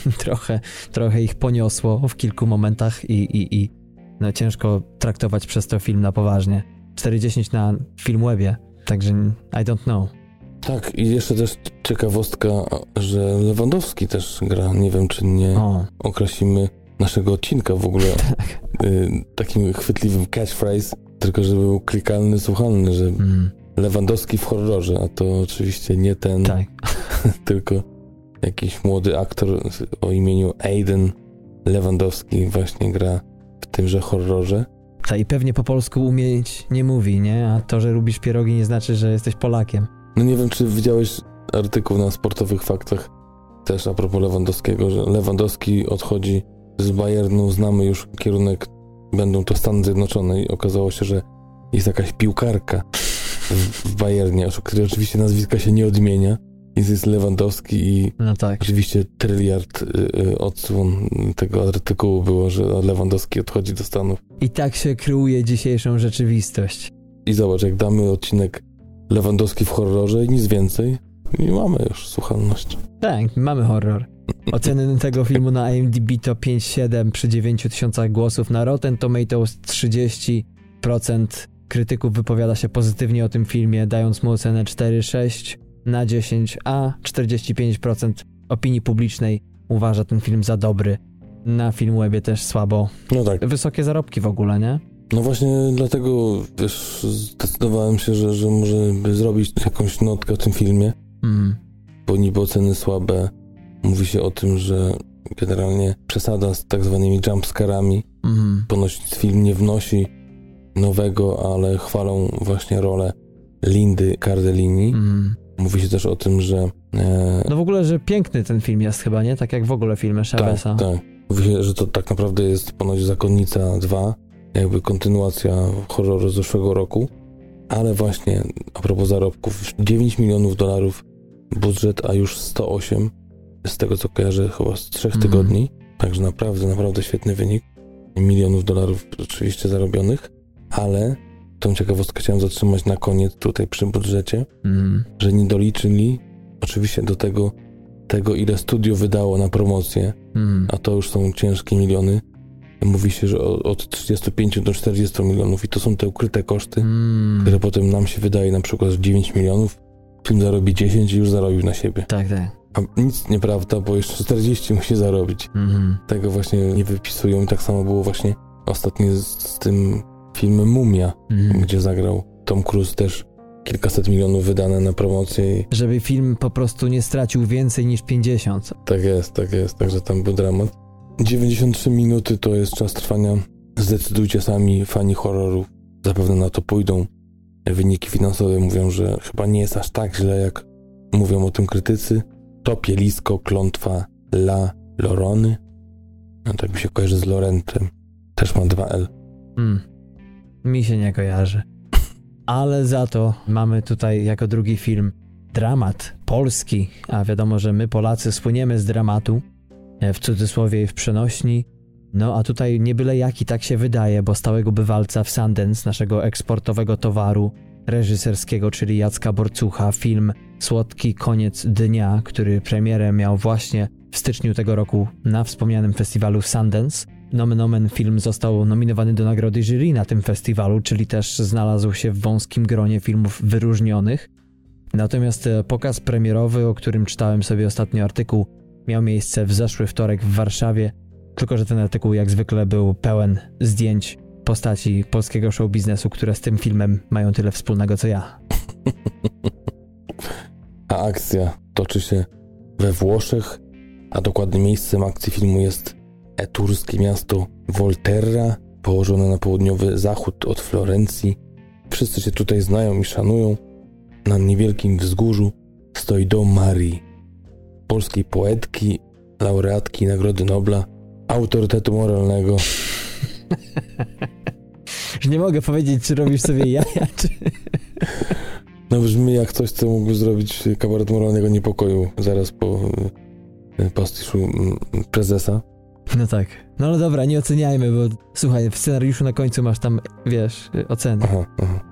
trochę ich poniosło w kilku momentach i no ciężko traktować przez to film na poważnie. 4/10 na Filmwebie, także I don't know. Tak, i jeszcze też ciekawostka, że Lewandowski też gra. Nie wiem, czy nie określimy naszego odcinka w ogóle takim chwytliwym catchphrase, tylko żeby był klikalny, słuchalny, że Lewandowski w horrorze, a to oczywiście nie ten, tak. tylko jakiś młody aktor o imieniu Aiden Lewandowski właśnie gra w tymże horrorze. I pewnie po polsku umieć nie mówi, nie? A to, że lubisz pierogi, nie znaczy, że jesteś Polakiem. No nie wiem, czy widziałeś artykuł na Sportowych Faktach też a propos Lewandowskiego, że Lewandowski odchodzi z Bayernu, znamy już kierunek, będą to Stany Zjednoczone i okazało się, że jest jakaś piłkarka w Bayernie, której oczywiście nazwiska się nie odmienia. Jest Lewandowski i no tak. Oczywiście tryliard odsłon tego artykułu było, że Lewandowski odchodzi do Stanów. I tak się kreuje dzisiejszą rzeczywistość. I zobacz, jak damy odcinek Lewandowski w horrorze i nic więcej, i mamy już słuchalność. Tak, mamy horror. Oceny tego filmu na IMDb to 5,7 przy 9,000 głosów. Na Rotten Tomatoes 30% krytyków wypowiada się pozytywnie o tym filmie, dając mu ocenę 4,6 na 10, a 45% opinii publicznej uważa ten film za dobry. Na Filmwebie też słabo. No tak. Wysokie zarobki w ogóle, nie? No właśnie dlatego też zdecydowałem się, że może by zrobić jakąś notkę o tym filmie, bo niby oceny słabe. Mówi się o tym, że generalnie przesada z tak zwanymi jumpscarami. Ponoć film nie wnosi nowego, ale chwalą właśnie rolę Lindy Cardellini. Mówi się też o tym, że... No w ogóle, że piękny ten film jest chyba, nie? Tak jak w ogóle filmy Chaveza. Tak. Mówi się, że to tak naprawdę jest ponoć Zakonnica 2, jakby kontynuacja horroru z zeszłego roku. Ale właśnie a propos zarobków, $9 milionów budżet, a już 108 z tego co kojarzę chyba z 3 tygodni. Także naprawdę świetny wynik. $1 milionów oczywiście zarobionych, ale tą ciekawostkę chciałem zatrzymać na koniec tutaj przy budżecie, że nie doliczyli oczywiście do tego ile studio wydało na promocję, a to już są ciężkie miliony. Mówi się, że od 35 do 40 milionów i to są te ukryte koszty, które potem nam się wydaje na przykład 9 milionów, film zarobi 10 i już zarobił na siebie. Tak. A nic nieprawda, bo jeszcze 40 musi zarobić. Tego właśnie nie wypisują i tak samo było właśnie ostatnio z tym filmem Mumia, gdzie zagrał Tom Cruise, też kilkaset milionów wydane na promocję. Żeby film po prostu nie stracił więcej niż 50. Tak jest, także tam był dramat. 93 minuty to jest czas trwania. Zdecydujcie sami, fani horroru. Zapewne na to pójdą. Wyniki finansowe mówią, że chyba nie jest aż tak źle, jak mówią o tym krytycy. Topielisko, klątwa La Llorony. No, tak mi się kojarzy z Lorentem. Też ma 2 L. Mi się nie kojarzy. Ale za to mamy tutaj jako drugi film dramat polski, a wiadomo, że my Polacy słyniemy z dramatu, w cudzysłowie i w przenośni. No a tutaj nie byle jaki, tak się wydaje, bo stałego bywalca w Sundance, naszego eksportowego towaru reżyserskiego, czyli Jacka Borcucha, film Słodki koniec dnia, który premierę miał właśnie w styczniu tego roku na wspomnianym festiwalu Sundance. Nomen omen film został nominowany do nagrody jury na tym festiwalu, czyli też znalazł się w wąskim gronie filmów wyróżnionych. Natomiast pokaz premierowy, o którym czytałem sobie ostatnio artykuł, miał miejsce w zeszły wtorek w Warszawie, tylko że ten artykuł jak zwykle był pełen zdjęć postaci polskiego show biznesu, które z tym filmem mają tyle wspólnego co ja. A akcja toczy się we Włoszech, a dokładnym miejscem akcji filmu jest eturskie miasto Volterra, położone na południowy zachód od Florencji. Wszyscy się tutaj znają i szanują. Na niewielkim wzgórzu stoi dom Marii, polskiej poetki, laureatki Nagrody Nobla, autorytetu moralnego. Już nie mogę powiedzieć, czy robisz sobie jaja, czy... No brzmi jak coś, co mógłby zrobić kabaret moralnego niepokoju zaraz po pastiszu prezesa. No tak. No ale dobra, nie oceniajmy, bo słuchaj, w scenariuszu na końcu masz tam, wiesz, oceny. Aha.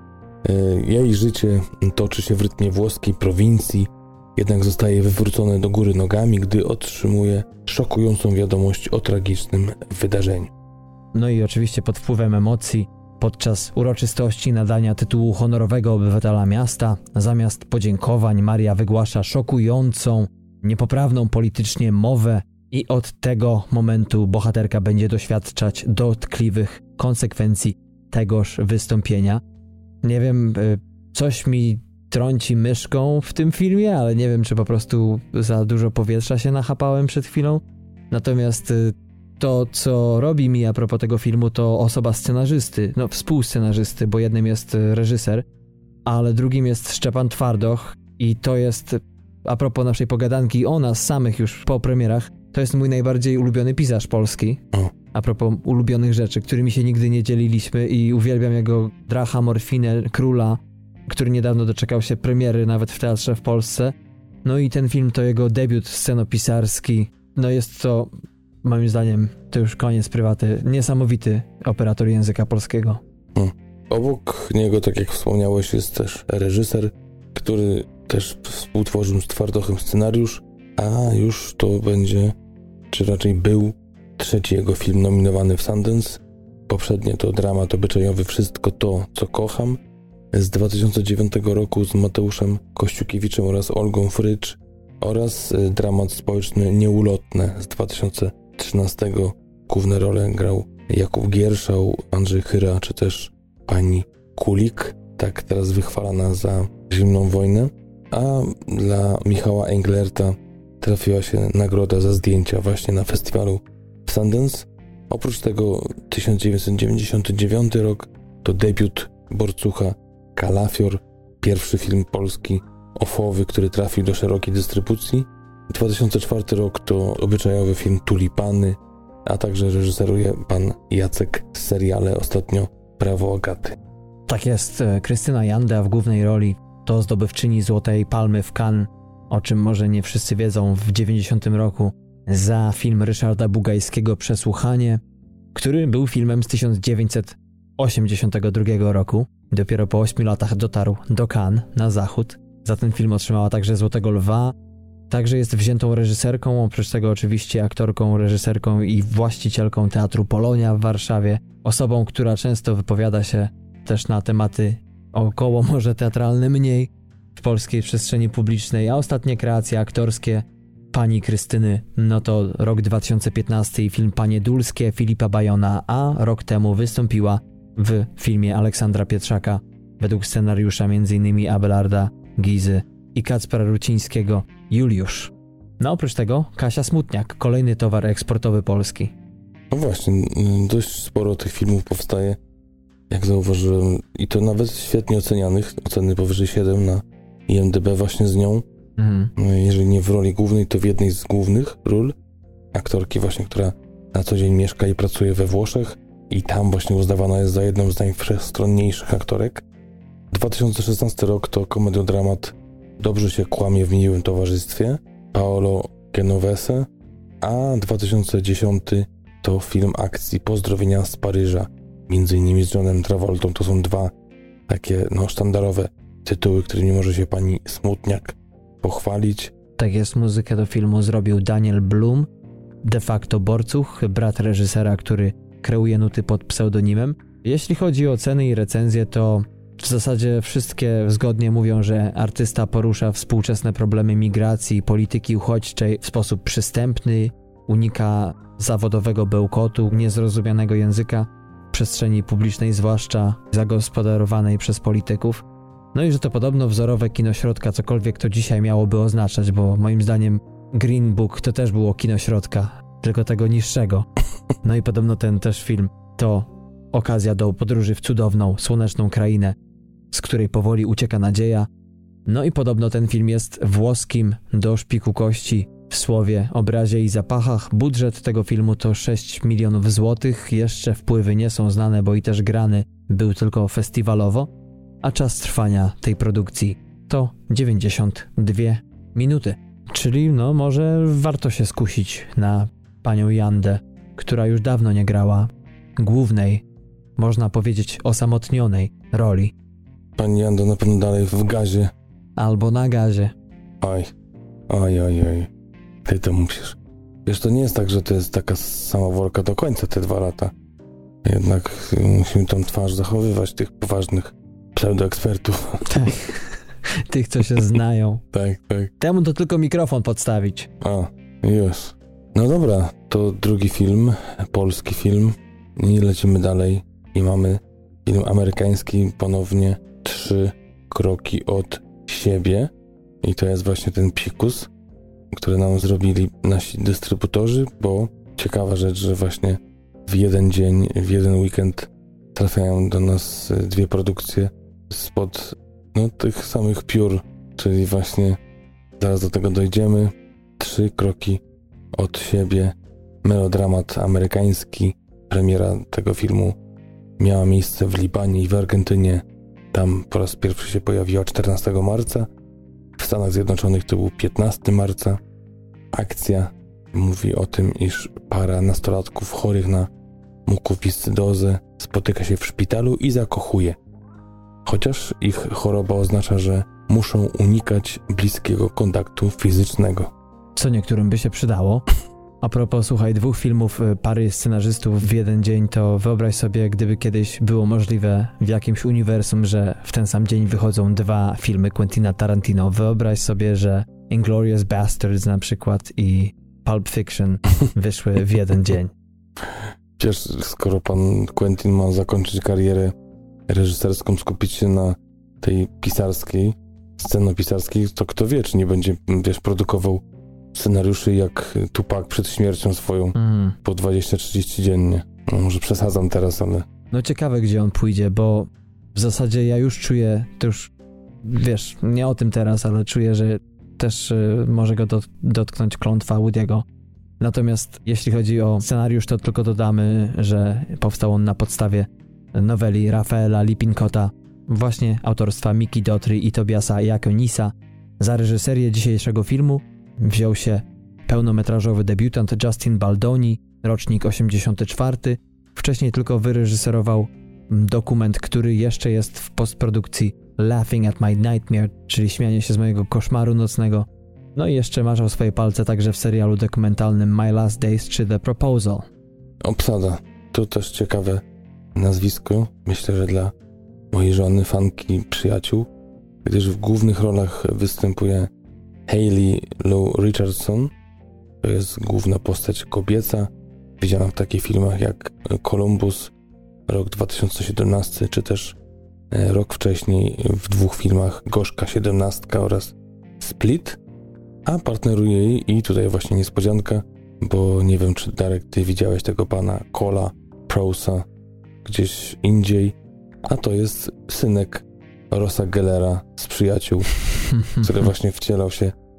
Jej życie toczy się w rytmie włoskiej prowincji, jednak zostaje wywrócone do góry nogami, gdy otrzymuje szokującą wiadomość o tragicznym wydarzeniu. No i oczywiście pod wpływem emocji, podczas uroczystości nadania tytułu honorowego obywatela miasta, zamiast podziękowań Maria wygłasza szokującą, niepoprawną politycznie mowę i od tego momentu bohaterka będzie doświadczać dotkliwych konsekwencji tegoż wystąpienia. Nie wiem, coś mi trąci myszką w tym filmie, ale nie wiem, czy po prostu za dużo powietrza się nachapałem przed chwilą. Natomiast to, co robi mi a propos tego filmu, to osoba scenarzysty, no współscenarzysty, bo jednym jest reżyser, ale drugim jest Szczepan Twardoch i to jest, a propos naszej pogadanki o nas samych już po premierach, to jest mój najbardziej ulubiony pisarz polski. A propos ulubionych rzeczy, którymi się nigdy nie dzieliliśmy i uwielbiam jego Dracha, Morfinę, Króla, który niedawno doczekał się premiery nawet w teatrze w Polsce. No i ten film to jego debiut scenopisarski. No jest to, moim zdaniem, to już koniec prywaty, niesamowity operator języka polskiego. Obok niego, tak jak wspomniałeś, jest też reżyser, który też współtworzył z Twardochem scenariusz, a już to będzie, czy raczej był, 3. jego film nominowany w Sundance. Poprzednie to dramat obyczajowy Wszystko to, co kocham z 2009 roku z Mateuszem Kościukiewiczem oraz Olgą Frycz oraz dramat społeczny Nieulotne z 2013. Główne role grał Jakub Gierszał, Andrzej Chyra czy też pani Kulik, tak teraz wychwalana za Zimną wojnę, a dla Michała Englerta trafiła się nagroda za zdjęcia właśnie na festiwalu w Sundance. Oprócz tego 1999 rok to debiut Borcucha Kalafior, pierwszy film polski ofowy, który trafił do szerokiej dystrybucji. 2004 rok to obyczajowy film Tulipany, a także reżyseruje pan Jacek z seriale ostatnio Prawo Agaty. Tak jest, Krystyna Janda w głównej roli to zdobywczyni Złotej Palmy w Cannes, o czym może nie wszyscy wiedzą, w 90 roku za film Ryszarda Bugajskiego Przesłuchanie, który był filmem z 1982 roku. Dopiero po 8 latach dotarł do Cannes na zachód. Za ten film otrzymała także Złotego Lwa. Także jest wziętą reżyserką, oprócz tego oczywiście aktorką, reżyserką i właścicielką Teatru Polonia w Warszawie. Osobą, która często wypowiada się też na tematy około może teatralne mniej w polskiej przestrzeni publicznej, a ostatnie kreacje aktorskie pani Krystyny, no to rok 2015 i film Panie Dulskie Filipa Bajona, a rok temu wystąpiła w filmie Aleksandra Pietrzaka według scenariusza m.in. Abelarda Gizy i Kacpra Rucińskiego Juliusz. No oprócz tego Kasia Smutniak, kolejny towar eksportowy Polski. No właśnie, dość sporo tych filmów powstaje, jak zauważyłem, i to nawet świetnie ocenianych, oceny powyżej 7 na IMDb właśnie z nią. Jeżeli nie w roli głównej, to w jednej z głównych ról. Aktorki właśnie, która na co dzień mieszka i pracuje we Włoszech i tam właśnie uznawana jest za jedną z najwszechstronniejszych aktorek. 2016 rok to komediodramat Dobrze się kłamie w miłym towarzystwie Paolo Genovese, a 2010 to film akcji Pozdrowienia z Paryża, między innymi z Johnem Travoltą. To są dwa takie sztandarowe tytuły, którymi może się pani Smutniak pochwalić. Tak jest, muzykę do filmu zrobił Daniel Blum, de facto Borcuch, brat reżysera, który kreuje nuty pod pseudonimem. Jeśli chodzi o oceny i recenzje, to w zasadzie wszystkie zgodnie mówią, że artysta porusza współczesne problemy migracji i polityki uchodźczej w sposób przystępny, unika zawodowego bełkotu, niezrozumianego języka w przestrzeni publicznej, zwłaszcza zagospodarowanej przez polityków. No i że to podobno wzorowe kino środka, cokolwiek to dzisiaj miałoby oznaczać, bo moim zdaniem Green Book to też było kino środka, tylko tego niższego. No i podobno ten też film to okazja do podróży w cudowną, słoneczną krainę, z której powoli ucieka nadzieja. No i podobno ten film jest włoskim do szpiku kości w słowie, obrazie i zapachach. Budżet tego filmu to 6 milionów złotych. Jeszcze wpływy nie są znane, bo i też grany był tylko festiwalowo. A czas trwania tej produkcji to 92 minuty. Czyli może warto się skusić na panią Jandę, która już dawno nie grała głównej, można powiedzieć osamotnionej roli. Pani Janda na pewno dalej w gazie. Albo na gazie. Oj. Ty to musisz. Wiesz, to nie jest tak, że to jest taka sama worka do końca te 2 lata. Jednak musimy tą twarz zachowywać, tych poważnych pseudoekspertów. Tak. Tych, co się znają. Tak. Temu to tylko mikrofon podstawić. A, już. No dobra, to drugi film, polski film. I lecimy dalej. I mamy film amerykański, ponownie 3 kroki od siebie. I to jest właśnie ten psikus, który nam zrobili nasi dystrybutorzy, bo ciekawa rzecz, że właśnie w jeden dzień, w jeden weekend trafiają do nas 2 produkcje spod tych samych piór, czyli właśnie zaraz do tego dojdziemy. 3 kroki od siebie, melodramat amerykański. Premiera tego filmu miała miejsce w Libanie i w Argentynie. Tam po raz pierwszy się pojawiła 14 marca. W Stanach Zjednoczonych to był 15 marca. Akcja mówi o tym, iż para nastolatków chorych na mukowiscydozę spotyka się w szpitalu i zakochuje. Chociaż ich choroba oznacza, że muszą unikać bliskiego kontaktu fizycznego. Co niektórym by się przydało. A propos, słuchaj, 2 filmów pary scenarzystów w jeden dzień, to wyobraź sobie, gdyby kiedyś było możliwe w jakimś uniwersum, że w ten sam dzień wychodzą 2 filmy Quentina Tarantino. Wyobraź sobie, że Inglourious Basterds na przykład i Pulp Fiction wyszły w jeden dzień. Wiesz, skoro pan Quentin ma zakończyć karierę reżyserską, skupić się na tej pisarskiej, scenopisarskiej, to kto wie, czy nie będzie, produkował scenariuszy jak Tupac przed śmiercią swoją po 20-30 dziennie. Może przesadzam teraz, ale... Ciekawe, gdzie on pójdzie, bo w zasadzie ja już czuję, to już, nie o tym teraz, ale czuję, że też może go dotknąć klątwa Woody'ego. Natomiast jeśli chodzi o scenariusz, to tylko dodamy, że powstał on na podstawie noweli Rafaela Lippincotta, właśnie autorstwa Miki Dotry i Tobiasa Iaconisa. Za reżyserię dzisiejszego filmu wziął się pełnometrażowy debiutant Justin Baldoni, rocznik 84. Wcześniej tylko wyreżyserował dokument, który jeszcze jest w postprodukcji, Laughing at My Nightmare, czyli śmianie się z mojego koszmaru nocnego. No i jeszcze maczał swoje palce także w serialu dokumentalnym My Last Days czy The Proposal. Obsada. To też ciekawe nazwisko. Myślę, że dla mojej żony, fanki, przyjaciół, gdyż w głównych rolach występuje Hayley Lou Richardson. To jest główna postać kobieca, widziana w takich filmach jak Columbus, rok 2017, czy też rok wcześniej w 2 filmach Gorzka 17 oraz Split, a partneruje jej, i tutaj właśnie niespodzianka, bo nie wiem, czy Darek, ty widziałeś tego pana Cola Prousa gdzieś indziej, a to jest synek Rossa Gellera z Przyjaciół, który właśnie wcielał się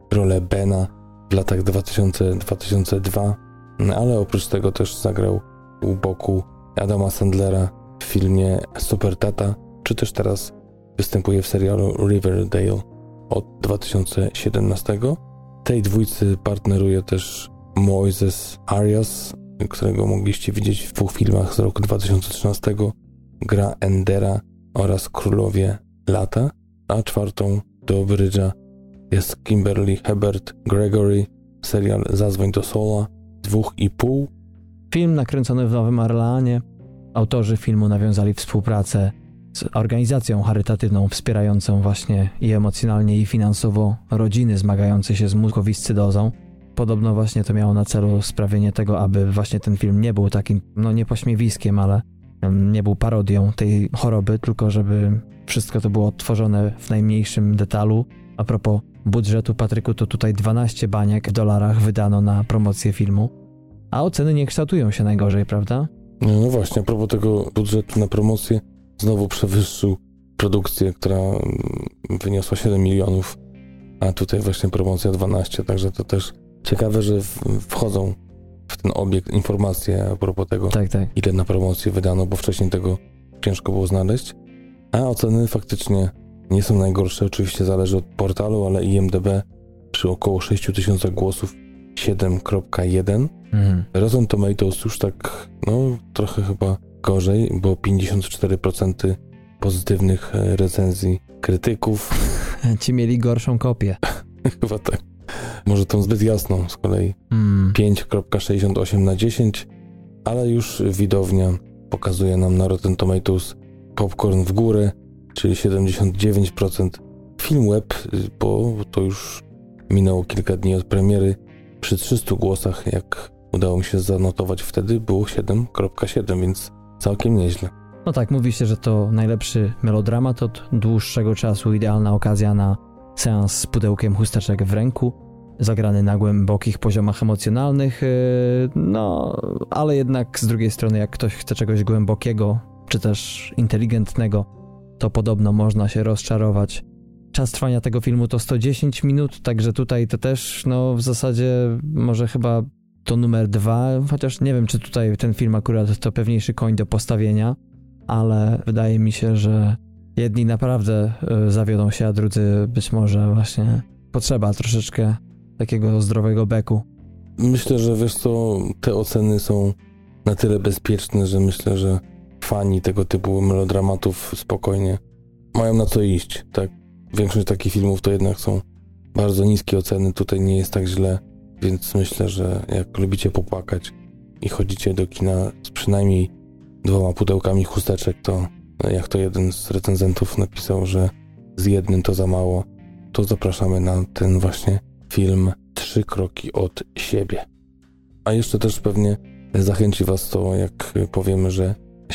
rolę Bena w latach 2000-2002, ale oprócz tego też zagrał u boku Adama Sandlera w filmie Super Tata, czy też teraz występuje w serialu Riverdale od 2017. Tej dwójcy partneruje też Moises Arias, którego mogliście widzieć w 2 filmach z roku 2013, gra Endera oraz Królowie Lata, a 4. do brydża jest Kimberly Hebert Gregory, serial Zadzwoń do Sola, 2,5. Film nakręcony w Nowym Orleanie. Autorzy filmu nawiązali współpracę z organizacją charytatywną wspierającą właśnie i emocjonalnie, i finansowo rodziny zmagające się z mukowiscydozą. Podobno właśnie to miało na celu sprawienie tego, aby właśnie ten film nie był takim, nie pośmiewiskiem, ale nie był parodią tej choroby, tylko żeby wszystko to było odtworzone w najmniejszym detalu. A propos budżetu, Patryku, to tutaj 12 baniek w dolarach wydano na promocję filmu, a oceny nie kształtują się najgorzej, prawda? No właśnie, a propos tego budżetu na promocję, znowu przewyższył produkcję, która wyniosła 7 milionów, a tutaj właśnie promocja 12, także to też ciekawe, że wchodzą w ten obieg informacje a propos tego, tak. ile na promocję wydano, bo wcześniej tego ciężko było znaleźć, a oceny faktycznie nie są najgorsze, oczywiście zależy od portalu, ale IMDb przy około 6000 głosów 7.1. Rotten Tomatoes już tak, trochę chyba gorzej, bo 54% pozytywnych recenzji krytyków. Ci mieli gorszą kopię. Chyba tak. Może tą zbyt jasną, z kolei 5.68 na 10, ale już widownia pokazuje nam na Rotten Tomatoes popcorn w górę, czyli 79%. Filmweb, bo to już minęło kilka dni od premiery, przy 300 głosach, jak udało mi się zanotować wtedy, było 7.7, więc całkiem nieźle. No tak, mówi się, że to najlepszy melodramat od dłuższego czasu, idealna okazja na seans z pudełkiem chusteczek w ręku, zagrany na głębokich poziomach emocjonalnych, ale jednak z drugiej strony, jak ktoś chce czegoś głębokiego, czy też inteligentnego, to podobno można się rozczarować. Czas trwania tego filmu to 110 minut, także tutaj to też, w zasadzie może chyba to numer 2, chociaż nie wiem, czy tutaj ten film akurat to pewniejszy koń do postawienia, ale wydaje mi się, że jedni naprawdę zawiodą się, a drudzy być może właśnie potrzeba troszeczkę takiego zdrowego beku. Myślę, że te oceny są na tyle bezpieczne, że myślę, że fani tego typu melodramatów spokojnie mają na co iść, tak? Większość takich filmów to jednak są bardzo niskie oceny, tutaj nie jest tak źle, więc myślę, że jak lubicie popłakać i chodzicie do kina z przynajmniej 2 pudełkami chusteczek, to jak to jeden z recenzentów napisał, że z jednym to za mało, to zapraszamy na ten właśnie film 3 kroki od siebie. A jeszcze też pewnie zachęci was to, jak powiemy, że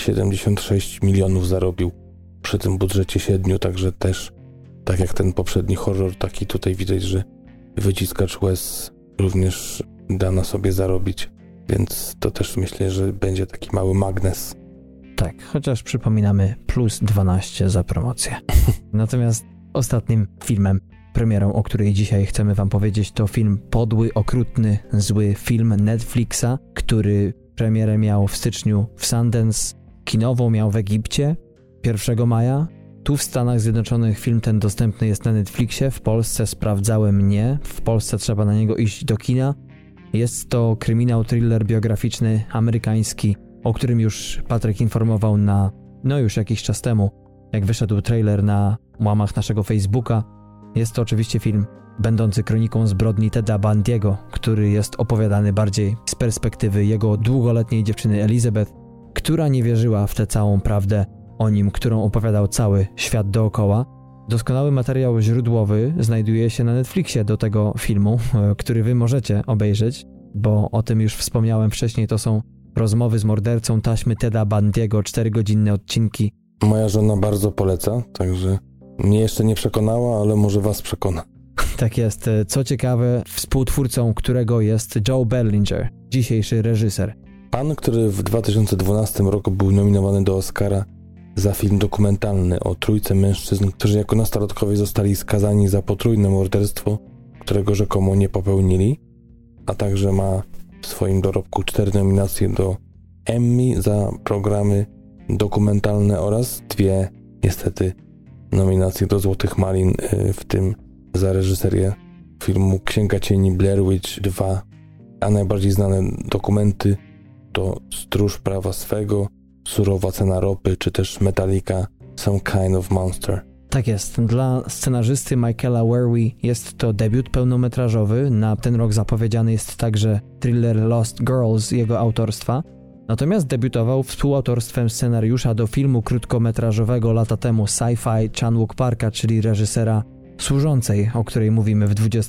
76 milionów zarobił przy tym budżecie 7, także też, tak jak ten poprzedni horror, taki tutaj widać, że wyciskacz łez również da na sobie zarobić, więc to też myślę, że będzie taki mały magnes. Tak, chociaż przypominamy plus 12 za promocję. Natomiast ostatnim filmem, premierą, o której dzisiaj chcemy wam powiedzieć, to film podły, okrutny, zły film Netflixa, który premierę miał w styczniu w Sundance, kinową miał w Egipcie 1 maja. Tu w Stanach Zjednoczonych film ten dostępny jest na Netflixie, w Polsce sprawdzałem nie, w Polsce trzeba na niego iść do kina. Jest to kryminał, thriller biograficzny amerykański, o którym już Patryk informował już jakiś czas temu, jak wyszedł trailer na łamach naszego Facebooka. Jest to oczywiście film będący kroniką zbrodni Teda Bundy'ego, który jest opowiadany bardziej z perspektywy jego długoletniej dziewczyny Elizabeth, która nie wierzyła w tę całą prawdę o nim, którą opowiadał cały świat dookoła. Doskonały materiał źródłowy znajduje się na Netflixie do tego filmu, który wy możecie obejrzeć, bo o tym już wspomniałem wcześniej, to są rozmowy z mordercą taśmy Teda Bundy'ego, 4-godzinne odcinki. Moja żona bardzo poleca, także mnie jeszcze nie przekonała, ale może was przekona. Tak jest. Co ciekawe, współtwórcą którego jest Joe Berlinger, dzisiejszy reżyser. Pan, który w 2012 roku był nominowany do Oscara za film dokumentalny o 3 mężczyzn, którzy jako nastolatkowie zostali skazani za potrójne morderstwo, którego rzekomo nie popełnili, a także ma w swoim dorobku 4 nominacje do Emmy za programy dokumentalne oraz 2 niestety nominacje do Złotych Malin, w tym za reżyserię filmu Księga Cieni, Blair Witch 2, a najbardziej znane dokumenty to Stróż Prawa Swego, Surowa Cena Ropy, czy też Metallica, Some Kind of Monster. Tak jest. Dla scenarzysty Michaela Werwy jest to debiut pełnometrażowy. Na ten rok zapowiedziany jest także thriller Lost Girls jego autorstwa. Natomiast debiutował współautorstwem scenariusza do filmu krótkometrażowego lata temu Sci-Fi Chan-wook Parka, czyli reżysera Służącej, o której mówimy w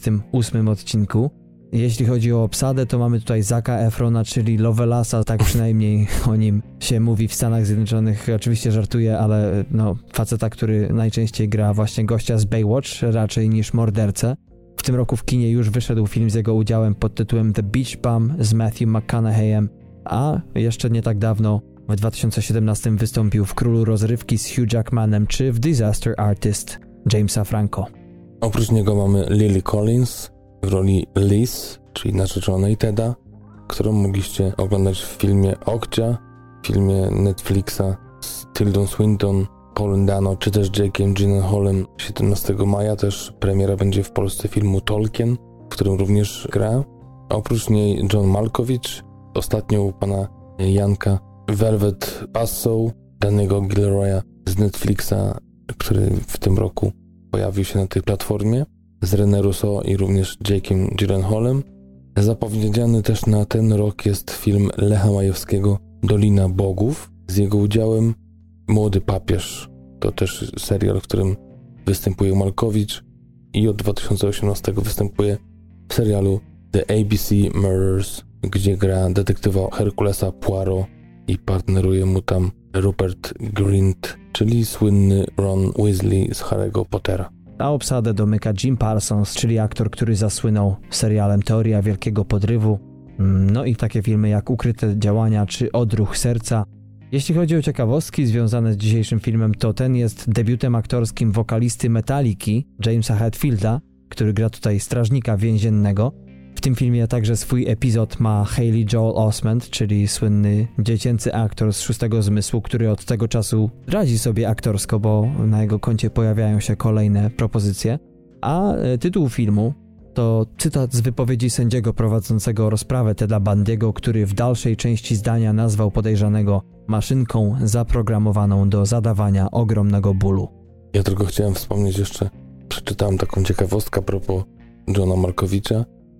28 odcinku. Jeśli chodzi o obsadę, to mamy tutaj Zacka Efrona, czyli Lovelasa, tak przynajmniej o nim się mówi w Stanach Zjednoczonych. Oczywiście żartuję, ale faceta, który najczęściej gra właśnie gościa z Baywatch, raczej niż mordercę. W tym roku w kinie już wyszedł film z jego udziałem pod tytułem The Beach Bum z Matthew McConaugheyem, a jeszcze nie tak dawno, w 2017 wystąpił w Królu Rozrywki z Hugh Jackmanem czy w Disaster Artist Jamesa Franco. Oprócz niego mamy Lily Collins w roli Liz, czyli narzeczonej Teda, którą mogliście oglądać w filmie Okja, w filmie Netflixa z Tildą Swinton, Paulem Dano, czy też Jake'em Gyllenhaalem. 17 maja też premiera będzie w Polsce filmu Tolkien, w którym również gra. Oprócz niej John Malkovich, ostatnio u pana Janka, Velvet Buzzsaw, Danny'ego Gilroya z Netflixa, który w tym roku pojawił się na tej platformie, z René Russo i również Jake'em Gyllenhaalem. Zapowiedziany też na ten rok jest film Lecha Majewskiego Dolina Bogów z jego udziałem. Młody papież to też serial, w którym występuje Malkovich i od 2018 występuje w serialu The ABC Murders, gdzie gra detektywa Herkulesa Poirot i partneruje mu tam Rupert Grint, czyli słynny Ron Weasley z Harry'ego Pottera. A obsadę domyka Jim Parsons, czyli aktor, który zasłynął serialem Teoria Wielkiego Podrywu, no i takie filmy jak Ukryte Działania czy Odruch Serca. Jeśli chodzi o ciekawostki związane z dzisiejszym filmem, to ten jest debiutem aktorskim wokalisty Metalliki, Jamesa Hetfielda, który gra tutaj strażnika więziennego. W tym filmie także swój epizod ma Haley Joel Osment, czyli słynny dziecięcy aktor z Szóstego Zmysłu, który od tego czasu radzi sobie aktorsko, bo na jego koncie pojawiają się kolejne propozycje. A tytuł filmu to cytat z wypowiedzi sędziego prowadzącego rozprawę Teda Bundy'ego, który w dalszej części zdania nazwał podejrzanego maszynką zaprogramowaną do zadawania ogromnego bólu. Ja tylko chciałem wspomnieć jeszcze, przeczytałem taką ciekawostkę a propos Johna Malkovicha,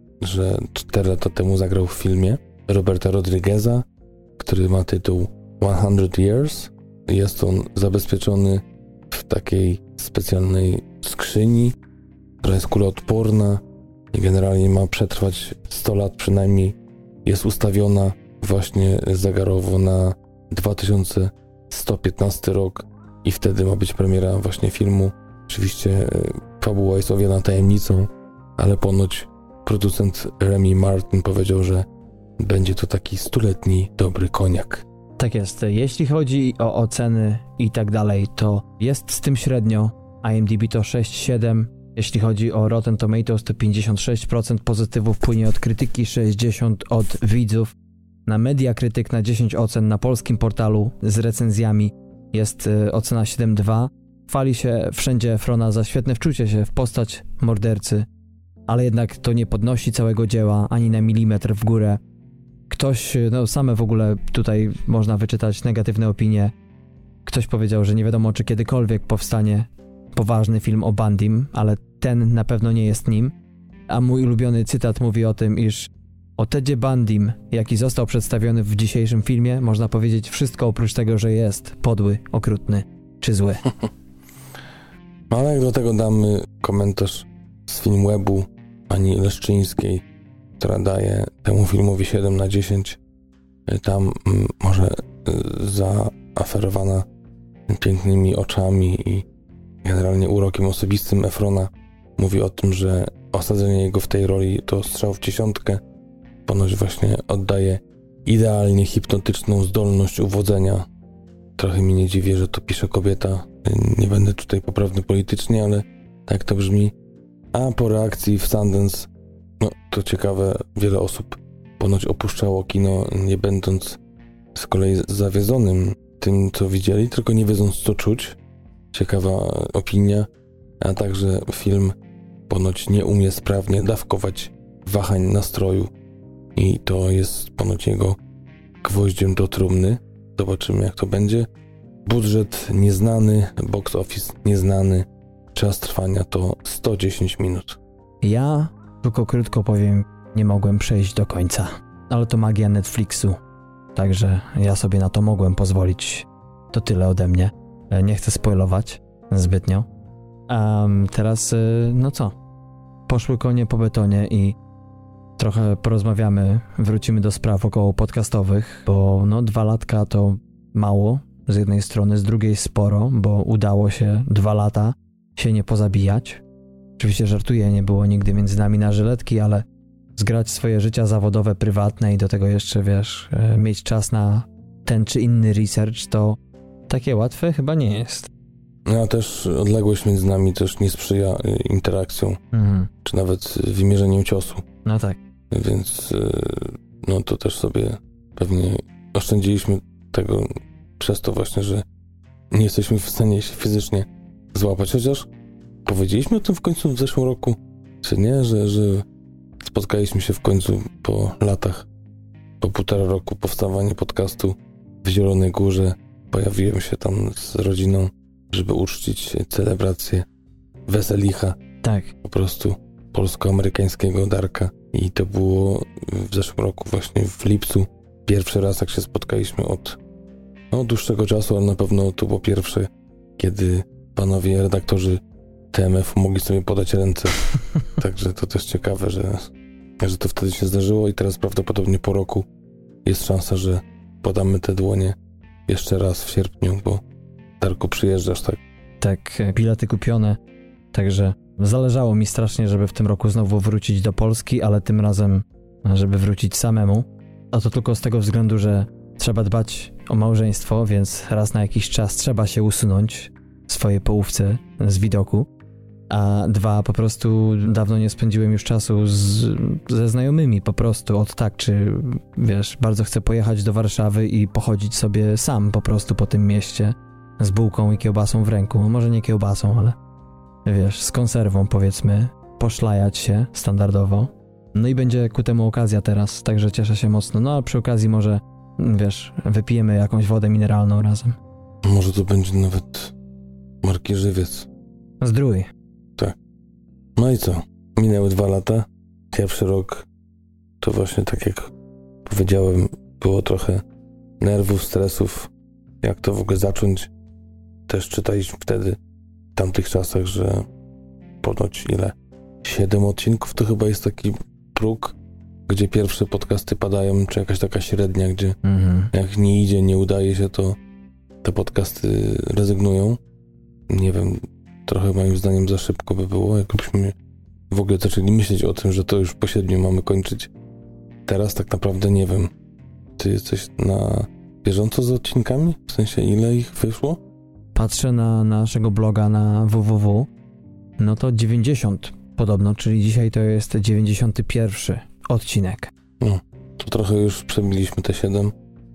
że 4 lata temu zagrał w filmie Roberta Rodrigueza, który ma tytuł 100 Years. Jest on zabezpieczony w takiej specjalnej skrzyni, która jest kuloodporna i generalnie ma przetrwać 100 lat przynajmniej. Jest ustawiona właśnie zegarowo na 2115 rok i wtedy ma być premiera właśnie filmu. Oczywiście fabuła jest owiana tajemnicą, ale ponoć producent Remy Martin powiedział, że będzie to taki 100-letni dobry koniak. Tak jest. Jeśli chodzi o oceny i tak dalej, to jest z tym średnio. IMDb to 6,7. Jeśli chodzi o Rotten Tomatoes, to 56% pozytywów płynie od krytyki, 60% od widzów. Na Mediakrytyk na 10 ocen na polskim portalu z recenzjami jest ocena 7,2. Chwali się wszędzie Efrona za świetne wczucie się w postać mordercy, ale jednak to nie podnosi całego dzieła ani na milimetr w górę. Ktoś, same w ogóle tutaj można wyczytać negatywne opinie. Ktoś powiedział, że nie wiadomo, czy kiedykolwiek powstanie poważny film o Bundym, ale ten na pewno nie jest nim. A mój ulubiony cytat mówi o tym, iż o Tedzie Bundym, jaki został przedstawiony w dzisiejszym filmie, można powiedzieć wszystko oprócz tego, że jest podły, okrutny czy zły. Ale jak do tego damy komentarz z Filmwebu pani Leszczyńskiej, która daje temu filmowi 7/10, tam może zaaferowana pięknymi oczami i generalnie urokiem osobistym Efrona mówi o tym, że osadzenie jego w tej roli to strzał w dziesiątkę. Ponoć właśnie oddaje idealnie hipnotyczną zdolność uwodzenia. Trochę mi nie dziwię, że to pisze kobieta. Nie będę tutaj poprawny politycznie, ale tak to brzmi. A po reakcji w Sundance, no to ciekawe, wiele osób ponoć opuszczało kino, nie będąc z kolei zawiedzonym tym, co widzieli, tylko nie wiedząc, co czuć. Ciekawa opinia, a także film ponoć nie umie sprawnie dawkować wahań nastroju i to jest ponoć jego gwoździem do trumny. Zobaczymy, jak to będzie. Budżet nieznany, box office nieznany, czas trwania to 110 minut. Ja tylko krótko powiem, nie mogłem przejść do końca, ale to magia Netflixu, także ja sobie na to mogłem pozwolić. To tyle ode mnie. Nie chcę spoilować zbytnio. Teraz, no co? Poszły konie po betonie i trochę porozmawiamy, wrócimy do spraw około podcastowych, bo no 2 latka to mało z jednej strony, z drugiej sporo, bo udało się 2 lata się nie pozabijać. Oczywiście żartuję, nie było nigdy między nami na żyletki, ale zgrać swoje życia zawodowe, prywatne i do tego jeszcze, wiesz, mieć czas na ten czy inny research, to takie łatwe chyba nie jest. No a też odległość między nami też nie sprzyja interakcjom, czy nawet wymierzeniom ciosu. No tak. Więc no to też sobie pewnie oszczędziliśmy tego przez to właśnie, że nie jesteśmy w stanie się fizycznie złapać, chociaż powiedzieliśmy o tym w końcu w zeszłym roku, czy nie, że spotkaliśmy się w końcu po latach, po 1,5 roku powstawania podcastu w Zielonej Górze. Pojawiłem się tam z rodziną, żeby uczcić celebrację Weselicha. Tak. Po prostu polsko-amerykańskiego Darka. I to było w zeszłym roku właśnie w lipcu. Pierwszy raz, jak się spotkaliśmy od dłuższego czasu, ale na pewno to było pierwsze, kiedy panowie redaktorzy TMF mogli sobie podać ręce. Także to też ciekawe, że to wtedy się zdarzyło i teraz prawdopodobnie po roku jest szansa, że podamy te dłonie jeszcze raz w sierpniu, bo Darku, przyjeżdżasz, tak? Tak, bilety kupione, także zależało mi strasznie, żeby w tym roku znowu wrócić do Polski, ale tym razem, żeby wrócić samemu. A to tylko z tego względu, że trzeba dbać o małżeństwo, więc raz na jakiś czas trzeba się usunąć swoje połówce z widoku. A 2, po prostu dawno nie spędziłem już czasu ze znajomymi po prostu od tak, czy wiesz, bardzo chcę pojechać do Warszawy i pochodzić sobie sam po prostu po tym mieście z bułką i kiełbasą w ręku, może nie kiełbasą, ale wiesz, z konserwą powiedzmy, poszlajać się standardowo. No i będzie ku temu okazja teraz, także cieszę się mocno, no a przy okazji może, wiesz, wypijemy jakąś wodę mineralną razem. Może to będzie nawet marki Żywiec. Zdrój. Tak. No i co? Minęły 2 lata. Pierwszy rok to właśnie tak jak powiedziałem, było trochę nerwów, stresów, jak to w ogóle zacząć. Też czytaliśmy wtedy, w tamtych czasach, że ponoć 7 odcinków to chyba jest taki próg, gdzie pierwsze podcasty padają, czy jakaś taka średnia, gdzie jak nie idzie, nie udaje się, to te podcasty rezygnują. Nie wiem, trochę moim zdaniem za szybko by było, jakbyśmy w ogóle zaczęli myśleć o tym, że to już po 7 mamy kończyć. Teraz tak naprawdę nie wiem. Ty jesteś na bieżąco z odcinkami? W sensie ile ich wyszło? Patrzę na naszego bloga na www. No to 90 podobno, czyli dzisiaj to jest 91 odcinek. No, to trochę już przebiliśmy te 7.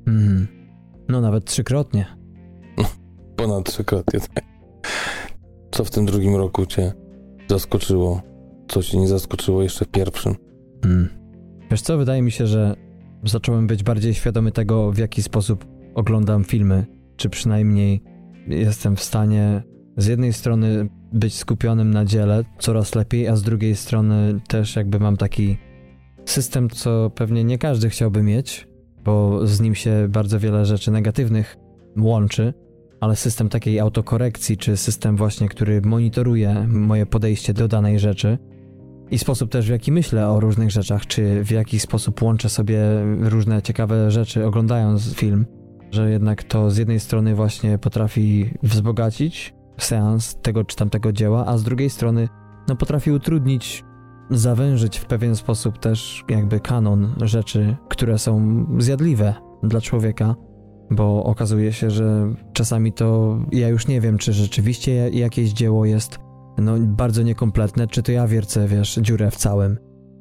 No nawet 3-krotnie. Ponad 3-krotnie, tak. Co w tym drugim roku cię zaskoczyło? Co cię nie zaskoczyło jeszcze w pierwszym? Wiesz co, wydaje mi się, że zacząłem być bardziej świadomy tego, w jaki sposób oglądam filmy, czy przynajmniej jestem w stanie z jednej strony być skupionym na dziele coraz lepiej, a z drugiej strony też jakby mam taki system, co pewnie nie każdy chciałby mieć, bo z nim się bardzo wiele rzeczy negatywnych łączy, ale system takiej autokorekcji, czy system właśnie, który monitoruje moje podejście do danej rzeczy i sposób też, w jaki myślę o różnych rzeczach, czy w jaki sposób łączę sobie różne ciekawe rzeczy oglądając film, że jednak to z jednej strony właśnie potrafi wzbogacić seans tego czy tamtego dzieła, a z drugiej strony no potrafi utrudnić, zawężyć w pewien sposób też jakby kanon rzeczy, które są zjadliwe dla człowieka, bo okazuje się, że czasami to ja już nie wiem, czy rzeczywiście jakieś dzieło jest no bardzo niekompletne, czy to ja wiercę, wiesz, dziurę w całym.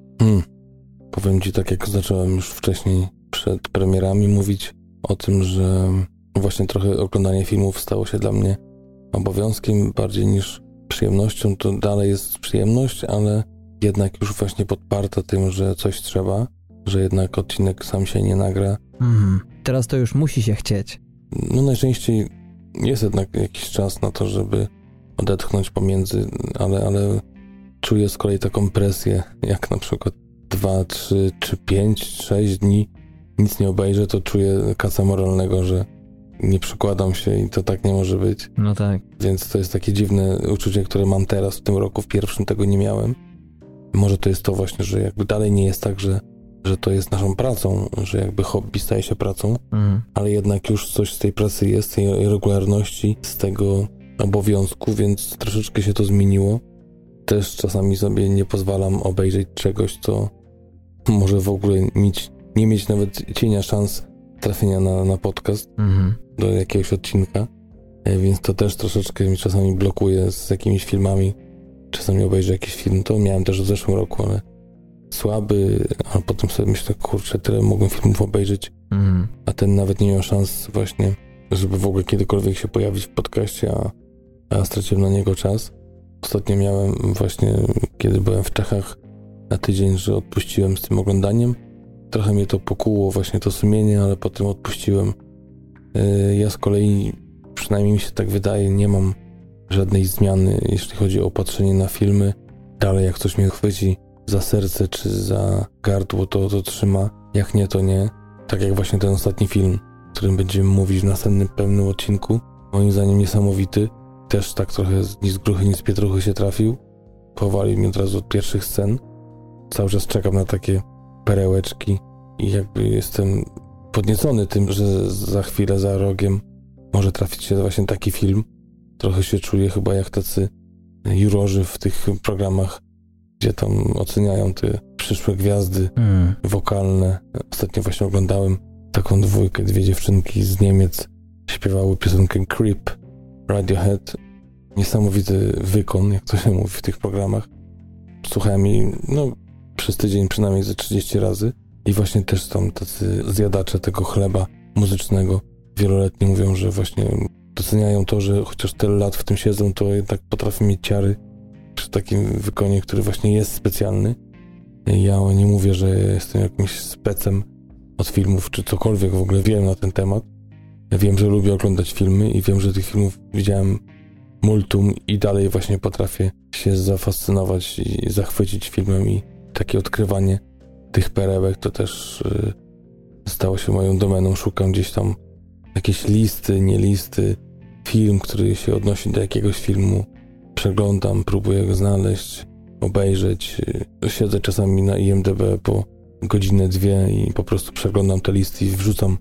Powiem ci, tak jak zacząłem już wcześniej przed premierami mówić o tym, że właśnie trochę oglądanie filmów stało się dla mnie obowiązkiem bardziej niż przyjemnością. To dalej jest przyjemność, ale jednak już właśnie podparta tym, że coś trzeba, że jednak odcinek sam się nie nagra. Teraz to już musi się chcieć. No najczęściej jest jednak jakiś czas na to, żeby odetchnąć pomiędzy, ale czuję z kolei taką presję, jak na przykład 2, 3 czy 5, 6 dni nic nie obejrzę, to czuję kaca moralnego, że nie przykładam się i to tak nie może być. No tak. Więc to jest takie dziwne uczucie, które mam teraz w tym roku, w pierwszym tego nie miałem. Może to jest to właśnie, że jakby dalej nie jest tak, że to jest naszą pracą, że jakby hobby staje się pracą, ale jednak już coś z tej pracy jest, tej regularności, z tego obowiązku, więc troszeczkę się to zmieniło. Też czasami sobie nie pozwalam obejrzeć czegoś, co może w ogóle nie mieć nawet cienia szans trafienia na podcast, do jakiegoś odcinka, więc to też troszeczkę mi czasami blokuje z jakimiś filmami. Czasami obejrzę jakiś film, to miałem też w zeszłym roku, ale słaby, a potem sobie myślę, kurczę, tyle mogłem filmów obejrzeć, a ten nawet nie miał szans właśnie, żeby w ogóle kiedykolwiek się pojawić w podcaście, a straciłem na niego czas. Ostatnio miałem właśnie, kiedy byłem w Czechach na tydzień, że odpuściłem z tym oglądaniem. Trochę mnie to pokuło właśnie to sumienie, ale potem odpuściłem. Ja z kolei, przynajmniej mi się tak wydaje, nie mam żadnej zmiany, jeśli chodzi o patrzenie na filmy. Dalej jak ktoś mnie chwyci za serce czy za gardło, to trzyma. Jak nie, to nie. Tak jak właśnie ten ostatni film, o którym będziemy mówić w następnym pewnym odcinku. Moim zdaniem niesamowity. Też tak trochę ni z gruchy, ni z pietruchy się trafił. Powalił mnie od razu od pierwszych scen. Cały czas czekam na takie perełeczki i jakby jestem podniecony tym, że za chwilę, za rogiem może trafić się właśnie taki film. Trochę się czuję chyba jak tacy jurorzy w tych programach, gdzie tam oceniają te przyszłe gwiazdy wokalne. Ostatnio właśnie oglądałem taką dwójkę, 2 dziewczynki z Niemiec śpiewały piosenkę Creep, Radiohead. Niesamowity wykon, jak to się mówi w tych programach. Słuchałem jej, przez tydzień przynajmniej ze 30 razy i właśnie też tam tacy zjadacze tego chleba muzycznego wieloletni mówią, że właśnie doceniają to, że chociaż tyle lat w tym siedzą, to jednak potrafią mieć ciary przy takim wykonie, który właśnie jest specjalny. Ja nie mówię, że jestem jakimś specem od filmów, czy cokolwiek w ogóle wiem na ten temat. Ja wiem, że lubię oglądać filmy i wiem, że tych filmów widziałem multum i dalej właśnie potrafię się zafascynować i zachwycić filmem i takie odkrywanie tych perełek to też stało się moją domeną. Szukam gdzieś tam jakieś listy, nie listy, film, który się odnosi do jakiegoś filmu. Przeglądam, próbuję go znaleźć, obejrzeć. Siedzę czasami na IMDb po godzinę, 2 i po prostu przeglądam te listy i wrzucam,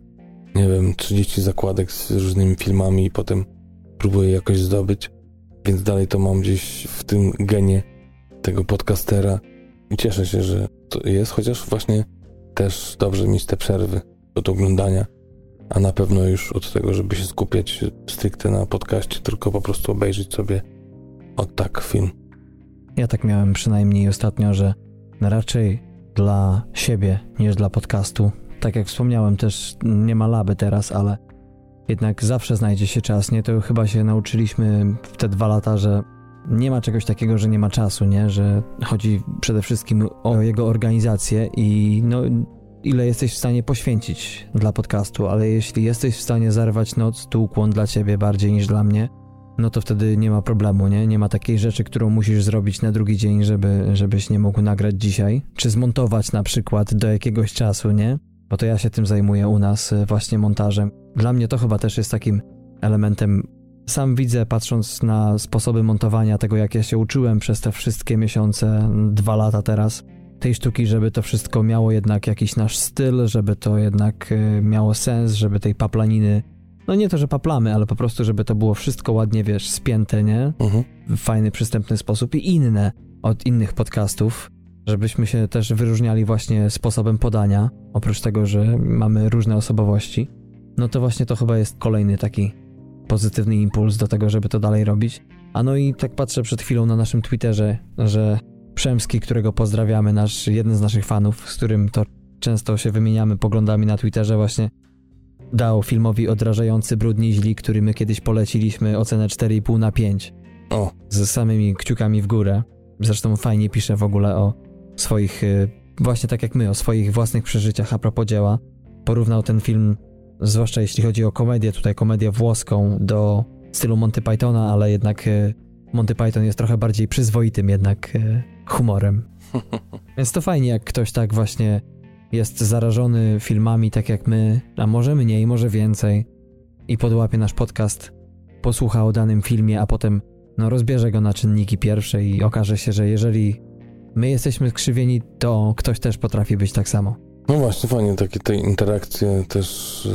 30 zakładek z różnymi filmami i potem próbuję jakoś zdobyć. Więc dalej to mam gdzieś w tym genie tego podcastera i cieszę się, że to jest, chociaż właśnie też dobrze mieć te przerwy od oglądania, a na pewno już od tego, żeby się skupiać stricte na podcaście, tylko po prostu obejrzeć sobie tak film. Ja tak miałem przynajmniej ostatnio, że raczej dla siebie niż dla podcastu. Tak jak wspomniałem, też nie ma laby teraz, ale jednak zawsze znajdzie się czas, nie? To chyba się nauczyliśmy w te 2 lata, że nie ma czegoś takiego, że nie ma czasu, nie? Że chodzi przede wszystkim o jego organizację i ile jesteś w stanie poświęcić dla podcastu, ale jeśli jesteś w stanie zarwać noc, to ukłon dla ciebie bardziej niż dla mnie, no to wtedy nie ma problemu, nie? Nie ma takiej rzeczy, którą musisz zrobić na drugi dzień, żebyś nie mógł nagrać dzisiaj, czy zmontować na przykład do jakiegoś czasu, nie? Bo to ja się tym zajmuję u nas właśnie montażem. Dla mnie to chyba też jest takim elementem. Sam widzę, patrząc na sposoby montowania, tego jak ja się uczyłem przez te wszystkie miesiące, 2 lata teraz, tej sztuki, żeby to wszystko miało jednak jakiś nasz styl, żeby to jednak miało sens, żeby tej paplaniny, nie to, że paplamy, ale po prostu, żeby to było wszystko ładnie, spięte, nie? W fajny, przystępny sposób i inne od innych podcastów, żebyśmy się też wyróżniali właśnie sposobem podania, oprócz tego, że mamy różne osobowości. No to właśnie to chyba jest kolejny taki pozytywny impuls do tego, żeby to dalej robić. A no i tak patrzę przed chwilą na naszym Twitterze, że Przemski, którego pozdrawiamy, jeden z naszych fanów, z którym to często się wymieniamy poglądami na Twitterze, właśnie dał filmowi Odrażający brudni źli, który my kiedyś poleciliśmy, ocenę 4,5 na 5. O. Z samymi kciukami w górę. Zresztą fajnie pisze w ogóle o swoich, właśnie tak jak my, o swoich własnych przeżyciach a propos dzieła. Porównał ten film, zwłaszcza jeśli chodzi o komedię, tutaj komedię włoską, do stylu Monty Pythona, ale jednak Monty Python jest trochę bardziej przyzwoitym jednak humorem. Więc to fajnie, jak ktoś tak właśnie jest zarażony filmami tak jak my, a może mniej, może więcej i podłapie nasz podcast, posłucha o danym filmie, a potem rozbierze go na czynniki pierwsze i okaże się, że jeżeli my jesteśmy skrzywieni, to ktoś też potrafi być tak samo. No właśnie, fajnie takie te interakcje też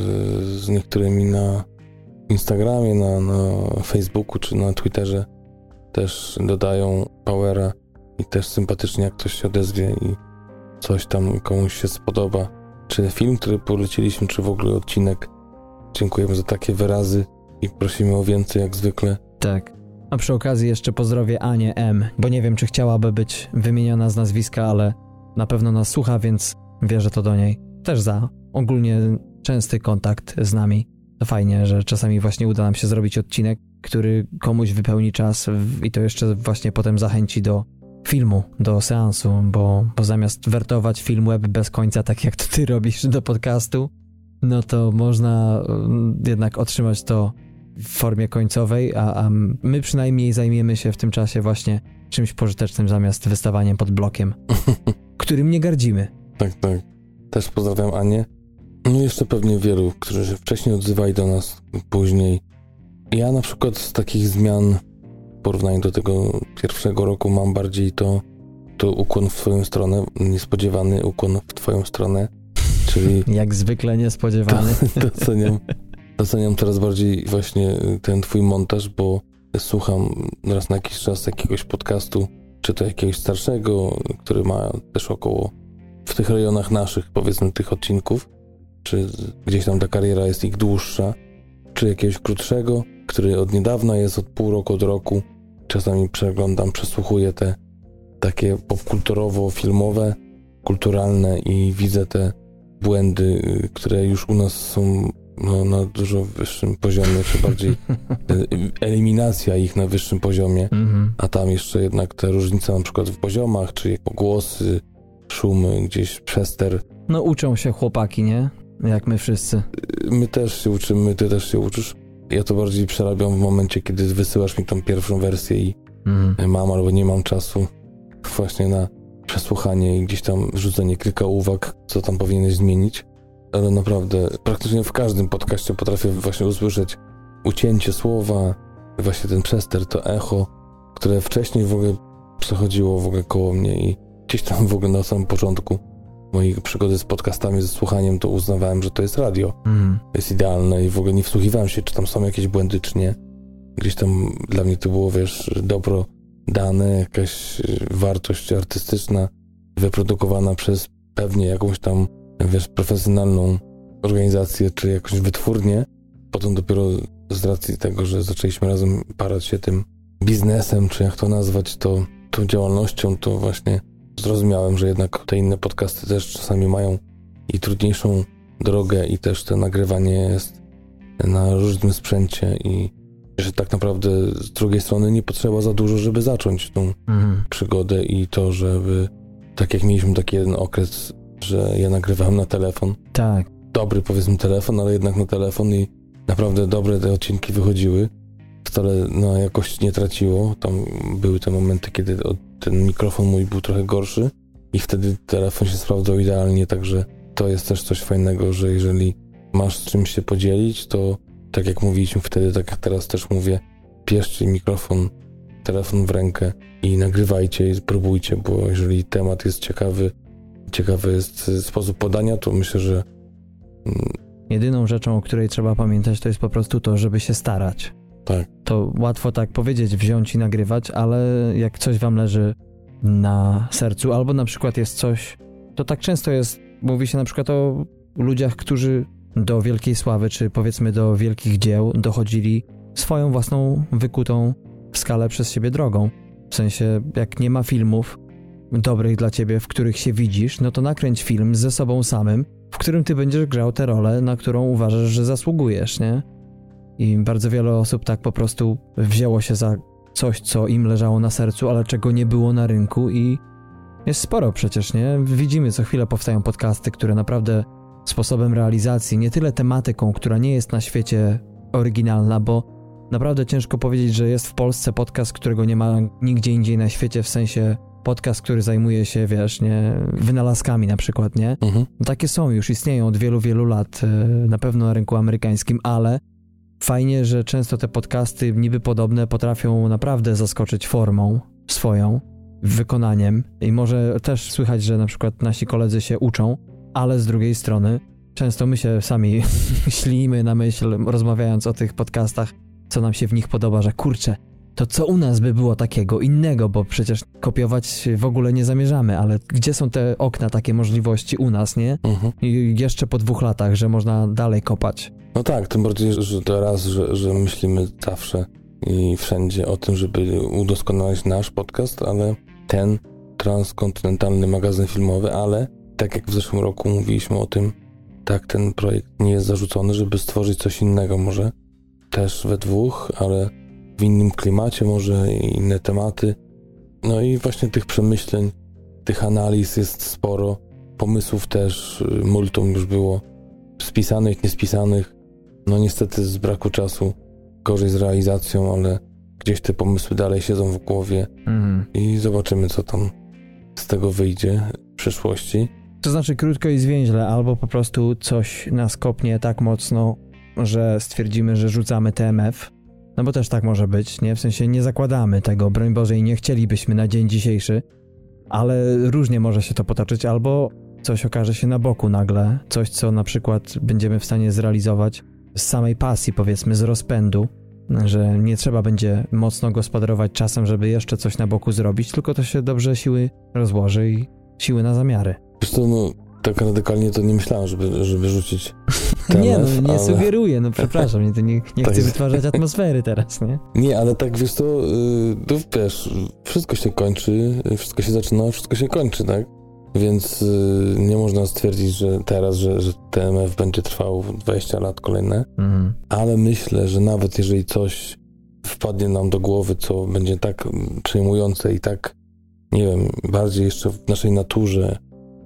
z niektórymi na Instagramie, na Facebooku czy na Twitterze też dodają powera i też sympatycznie, jak ktoś się odezwie i coś tam komuś się spodoba. Czy film, który poleciliśmy, czy w ogóle odcinek. Dziękujemy za takie wyrazy i prosimy o więcej jak zwykle. Tak. A przy okazji jeszcze pozdrowię Anię M., bo nie wiem, czy chciałaby być wymieniona z nazwiska, ale na pewno nas słucha, więc wierzę to do niej. Też za ogólnie częsty kontakt z nami. To fajnie, że czasami właśnie uda nam się zrobić odcinek, który komuś wypełni czas i to jeszcze właśnie potem zachęci do filmu, do seansu, bo zamiast wertować film web bez końca, tak jak to ty robisz do podcastu, no to można jednak otrzymać to w formie końcowej, a my przynajmniej zajmiemy się w tym czasie właśnie czymś pożytecznym zamiast wystawaniem pod blokiem, którym nie gardzimy. Tak. Też pozdrawiam Anię. No i jeszcze pewnie wielu, którzy się wcześniej odzywali do nas, później. Ja na przykład z takich zmian w porównaniu do tego pierwszego roku mam bardziej to ukłon w twoją stronę, niespodziewany ukłon w twoją stronę, czyli... Jak zwykle niespodziewany. Doceniam coraz bardziej właśnie ten twój montaż, bo słucham raz na jakiś czas jakiegoś podcastu, czy to jakiegoś starszego, który ma też około w tych rejonach naszych, powiedzmy, tych odcinków, czy gdzieś tam ta kariera jest ich dłuższa, czy jakiegoś krótszego, który od niedawna jest, od pół roku, od roku. Czasami przeglądam, przesłuchuję te takie popkulturowo-filmowe, kulturalne i widzę te błędy, które już u nas są na dużo wyższym poziomie, czy bardziej eliminacja ich na wyższym poziomie, a tam jeszcze jednak te różnice na przykład w poziomach, czy głosy, szumy, gdzieś przester. No uczą się chłopaki, nie? Jak my wszyscy. My też się uczymy, ty też się uczysz. Ja to bardziej przerabiam w momencie, kiedy wysyłasz mi tą pierwszą wersję i mam albo nie mam czasu właśnie na przesłuchanie i gdzieś tam wrzucenie kilka uwag, co tam powinieneś zmienić. Ale naprawdę praktycznie w każdym podcaście potrafię właśnie usłyszeć ucięcie słowa, właśnie ten przester, to echo, które wcześniej w ogóle przechodziło w ogóle koło mnie i gdzieś tam w ogóle na samym początku mojej przygody z podcastami, ze słuchaniem, to uznawałem, że to jest radio. Jest idealne i w ogóle nie wsłuchiwałem się, czy tam są jakieś błędy, czy nie. Gdzieś tam dla mnie to było, dobro dane, jakaś wartość artystyczna wyprodukowana przez pewnie jakąś tam, profesjonalną organizację, czy jakąś wytwórnię. Potem dopiero z racji tego, że zaczęliśmy razem parać się tym biznesem, czy jak to nazwać, tą działalnością, to właśnie zrozumiałem, że jednak te inne podcasty też czasami mają i trudniejszą drogę i też to nagrywanie jest na różnym sprzęcie i że tak naprawdę z drugiej strony nie potrzeba za dużo, żeby zacząć tą przygodę i to, żeby tak jak mieliśmy taki jeden okres, że ja nagrywałem na telefon. Tak. Dobry, powiedzmy, telefon, ale jednak na telefon i naprawdę dobre te odcinki wychodziły. Wcale na jakości nie traciło. Tam były te momenty, kiedy ten mikrofon mój był trochę gorszy i wtedy telefon się sprawdzał idealnie, także to jest też coś fajnego, że jeżeli masz z czymś się podzielić, to tak jak mówiliśmy wtedy, tak jak teraz też mówię, bierzcie mikrofon, telefon w rękę i nagrywajcie i próbujcie, bo jeżeli temat jest ciekawy jest sposób podania, to myślę, że jedyną rzeczą, o której trzeba pamiętać, to jest po prostu to, żeby się starać. Tak. To łatwo tak powiedzieć, wziąć i nagrywać, ale jak coś wam leży na sercu, albo na przykład jest coś, to tak często jest, mówi się na przykład o ludziach, którzy do wielkiej sławy, czy powiedzmy do wielkich dzieł dochodzili swoją własną wykutą w skalę przez siebie drogą. W sensie, jak nie ma filmów dobrych dla ciebie, w których się widzisz, no to nakręć film ze sobą samym, w którym ty będziesz grał tę rolę, na którą uważasz, że zasługujesz, nie? I bardzo wiele osób tak po prostu wzięło się za coś, co im leżało na sercu, ale czego nie było na rynku i jest sporo przecież, nie? Widzimy, co chwilę powstają podcasty, które naprawdę sposobem realizacji, nie tyle tematyką, która nie jest na świecie oryginalna, bo naprawdę ciężko powiedzieć, że jest w Polsce podcast, którego nie ma nigdzie indziej na świecie, w sensie podcast, który zajmuje się, wiesz, nie, wynalazkami na przykład, nie? No, takie są, już istnieją od wielu, wielu lat, na pewno na rynku amerykańskim, ale fajnie, że często te podcasty niby podobne potrafią naprawdę zaskoczyć formą swoją, wykonaniem i może też słychać, że na przykład nasi koledzy się uczą, ale z drugiej strony często my się sami ślimy na myśl, rozmawiając o tych podcastach, co nam się w nich podoba, że kurczę, to co u nas by było takiego innego, bo przecież kopiować w ogóle nie zamierzamy, ale gdzie są te okna, takie możliwości u nas, nie? I jeszcze po 2 latach, że można dalej kopać. No tak, tym bardziej, że teraz, że myślimy zawsze i wszędzie o tym, żeby udoskonalać nasz podcast, ale ten transkontynentalny magazyn filmowy, ale tak jak w zeszłym roku mówiliśmy o tym, tak ten projekt nie jest zarzucony, żeby stworzyć coś innego może, też we 2, ale w innym klimacie może i inne tematy. No i właśnie tych przemyśleń, tych analiz jest sporo, pomysłów też multum już było, spisanych, niespisanych. No niestety z braku czasu gorzej z realizacją, ale gdzieś te pomysły dalej siedzą w głowie i zobaczymy, co tam z tego wyjdzie w przyszłości. To znaczy krótko i zwięźle, albo po prostu coś nas kopnie tak mocno, że stwierdzimy, że rzucamy TMF, no bo też tak może być, nie? W sensie nie zakładamy tego, broń Boże, i nie chcielibyśmy na dzień dzisiejszy, ale różnie może się to potoczyć, albo coś okaże się na boku nagle, coś, co na przykład będziemy w stanie zrealizować z samej pasji, powiedzmy, z rozpędu, że nie trzeba będzie mocno gospodarować czasem, żeby jeszcze coś na boku zrobić, tylko to się dobrze siły rozłoży i siły na zamiary. Wiesz co, no tak radykalnie to nie myślałem, żeby rzucić temat. Nie, no nie sugeruję, no przepraszam, nie chcę wytwarzać atmosfery teraz, nie? Nie, ale tak wiesz to wiesz, wszystko się kończy, wszystko się zaczyna, wszystko się kończy, tak? Więc nie można stwierdzić, że teraz, że TMF będzie trwał 20 lat kolejne, ale myślę, że nawet jeżeli coś wpadnie nam do głowy, co będzie tak przejmujące i tak, nie wiem, bardziej jeszcze w naszej naturze,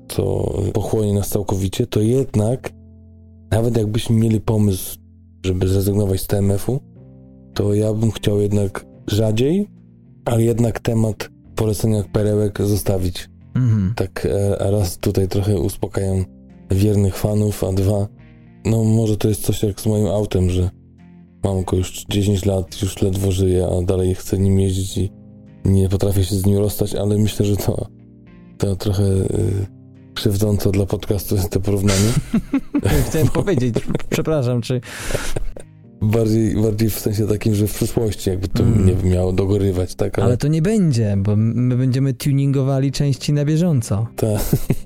co pochłonie nas całkowicie, to jednak nawet jakbyśmy mieli pomysł, żeby zrezygnować z TMF-u, to ja bym chciał jednak rzadziej, ale jednak temat polecenia perełek zostawić. Tak, a raz tutaj trochę uspokajam wiernych fanów, a 2, no może to jest coś jak z moim autem, że mam go już 10 lat, już ledwo żyję, a dalej chcę nim jeździć i nie potrafię się z nim rozstać, ale myślę, że to trochę krzywdząco dla podcastu jest to porównanie. Chciałem powiedzieć, przepraszam, czy... Bardziej w sensie takim, że w przyszłości jakby to nie miało dogorywać, tak? Ale to nie będzie, bo my będziemy tuningowali części na bieżąco. Tak.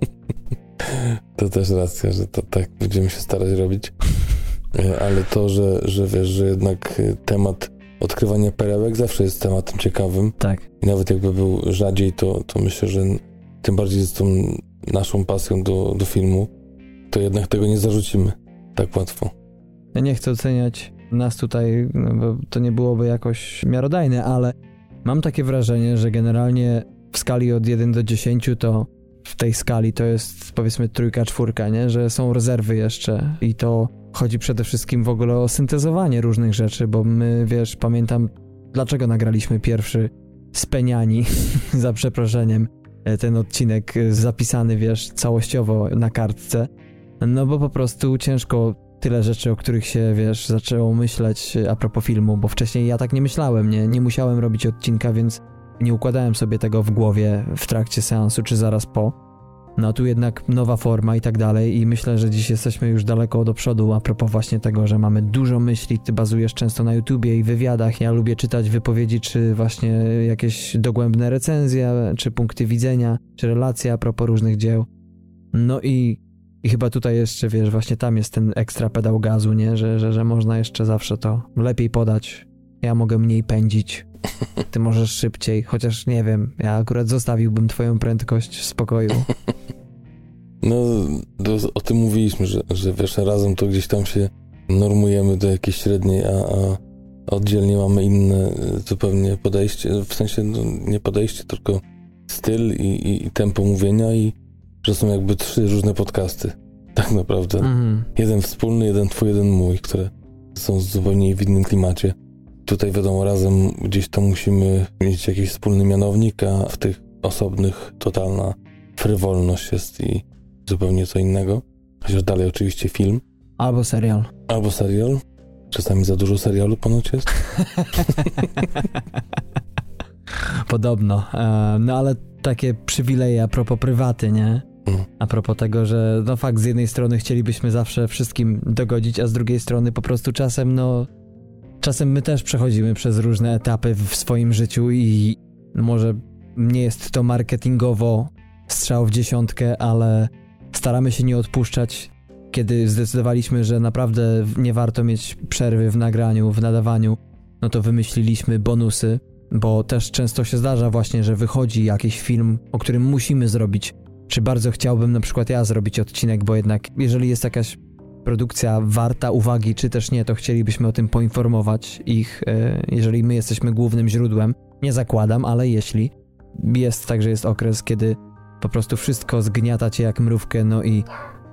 To też racja, że to tak będziemy się starać robić. Ale to, że wiesz, że jednak temat odkrywania perełek zawsze jest tematem ciekawym. Tak. I nawet jakby był rzadziej, to myślę, że tym bardziej z tą naszą pasją do filmu, to jednak tego nie zarzucimy tak łatwo. Ja nie chcę oceniać nas tutaj, no bo to nie byłoby jakoś miarodajne, ale mam takie wrażenie, że generalnie w skali od 1 do 10 to w tej skali to jest powiedzmy 3, 4, nie? Że są rezerwy jeszcze i to chodzi przede wszystkim w ogóle o syntezowanie różnych rzeczy, bo my, wiesz, pamiętam dlaczego nagraliśmy pierwszy Speniani, za przeproszeniem, ten odcinek zapisany, wiesz, całościowo na kartce, no bo po prostu ciężko tyle rzeczy, o których się, wiesz, zaczęło myśleć a propos filmu, bo wcześniej ja tak nie myślałem, nie musiałem robić odcinka, więc nie układałem sobie tego w głowie w trakcie seansu, czy zaraz po. No tu jednak nowa forma i tak dalej i myślę, że dziś jesteśmy już daleko do przodu a propos właśnie tego, że mamy dużo myśli, ty bazujesz często na YouTubie i wywiadach, ja lubię czytać wypowiedzi, czy właśnie jakieś dogłębne recenzje, czy punkty widzenia, czy relacje a propos różnych dzieł. No i chyba tutaj jeszcze, wiesz, właśnie tam jest ten ekstra pedał gazu, nie? Że można jeszcze zawsze to lepiej podać. Ja mogę mniej pędzić. Ty możesz szybciej, chociaż nie wiem, ja akurat zostawiłbym twoją prędkość w spokoju. No, o tym mówiliśmy, że wiesz, razem to gdzieś tam się normujemy do jakiejś średniej, a oddzielnie mamy inne zupełnie podejście, w sensie no, nie podejście, tylko styl i tempo mówienia i że są jakby 3 różne podcasty, tak naprawdę. Jeden wspólny, jeden twój, jeden mój, które są zupełnie w innym klimacie. Tutaj wiadomo, razem gdzieś tam musimy mieć jakiś wspólny mianownik, a w tych osobnych totalna frywolność jest i zupełnie co innego. Chociaż dalej oczywiście film. Albo serial. Albo serial. Czasami za dużo serialu ponoć jest. Podobno. No ale takie przywileje a propos prywaty, nie? A propos tego, że no fakt, z jednej strony chcielibyśmy zawsze wszystkim dogodzić, a z drugiej strony po prostu czasem my też przechodzimy przez różne etapy w swoim życiu i może nie jest to marketingowo strzał w dziesiątkę, ale staramy się nie odpuszczać. Kiedy zdecydowaliśmy, że naprawdę nie warto mieć przerwy w nagraniu, w nadawaniu, no to wymyśliliśmy bonusy, bo też często się zdarza właśnie, że wychodzi jakiś film, o którym musimy zrobić. Czy bardzo chciałbym na przykład ja zrobić odcinek, bo jednak jeżeli jest jakaś produkcja warta uwagi, czy też nie, to chcielibyśmy o tym poinformować ich, jeżeli my jesteśmy głównym źródłem. Nie zakładam, ale jeśli jest tak, że jest okres, kiedy po prostu wszystko zgniata cię jak mrówkę, no i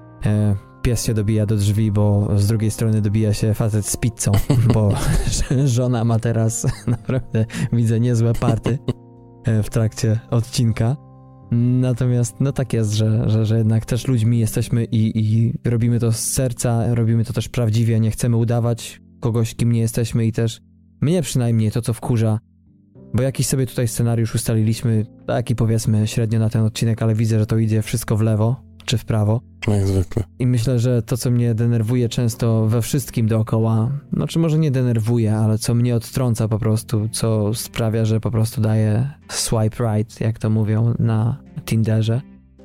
pies się dobija do drzwi, bo z drugiej strony dobija się facet z pizzą, bo żona ma teraz naprawdę, widzę, niezłe party w trakcie odcinka. Natomiast no tak jest, że jednak też ludźmi jesteśmy i robimy to z serca, robimy to też prawdziwie, nie chcemy udawać kogoś, kim nie jesteśmy i też mnie przynajmniej to, co wkurza, bo jakiś sobie tutaj scenariusz ustaliliśmy, taki powiedzmy średnio na ten odcinek, ale widzę, że to idzie wszystko w lewo czy w prawo. Jak zwykle. I myślę, że to, co mnie denerwuje często we wszystkim dookoła, no czy może nie denerwuje, ale co mnie odtrąca po prostu, co sprawia, że po prostu daję swipe right, jak to mówią na Tinderze,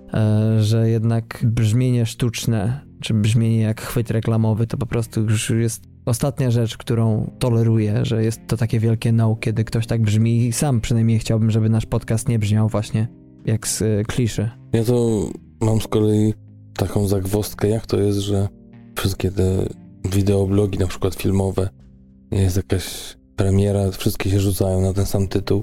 że jednak brzmienie sztuczne, czy brzmienie jak chwyt reklamowy, to po prostu już jest ostatnia rzecz, którą toleruję, że jest to takie wielkie no, kiedy ktoś tak brzmi i sam przynajmniej chciałbym, żeby nasz podcast nie brzmiał właśnie jak z kliszy. Ja to mam z kolei taką zagwozdkę, jak to jest, że wszystkie te wideoblogi, na przykład filmowe, jest jakaś premiera, wszystkie się rzucają na ten sam tytuł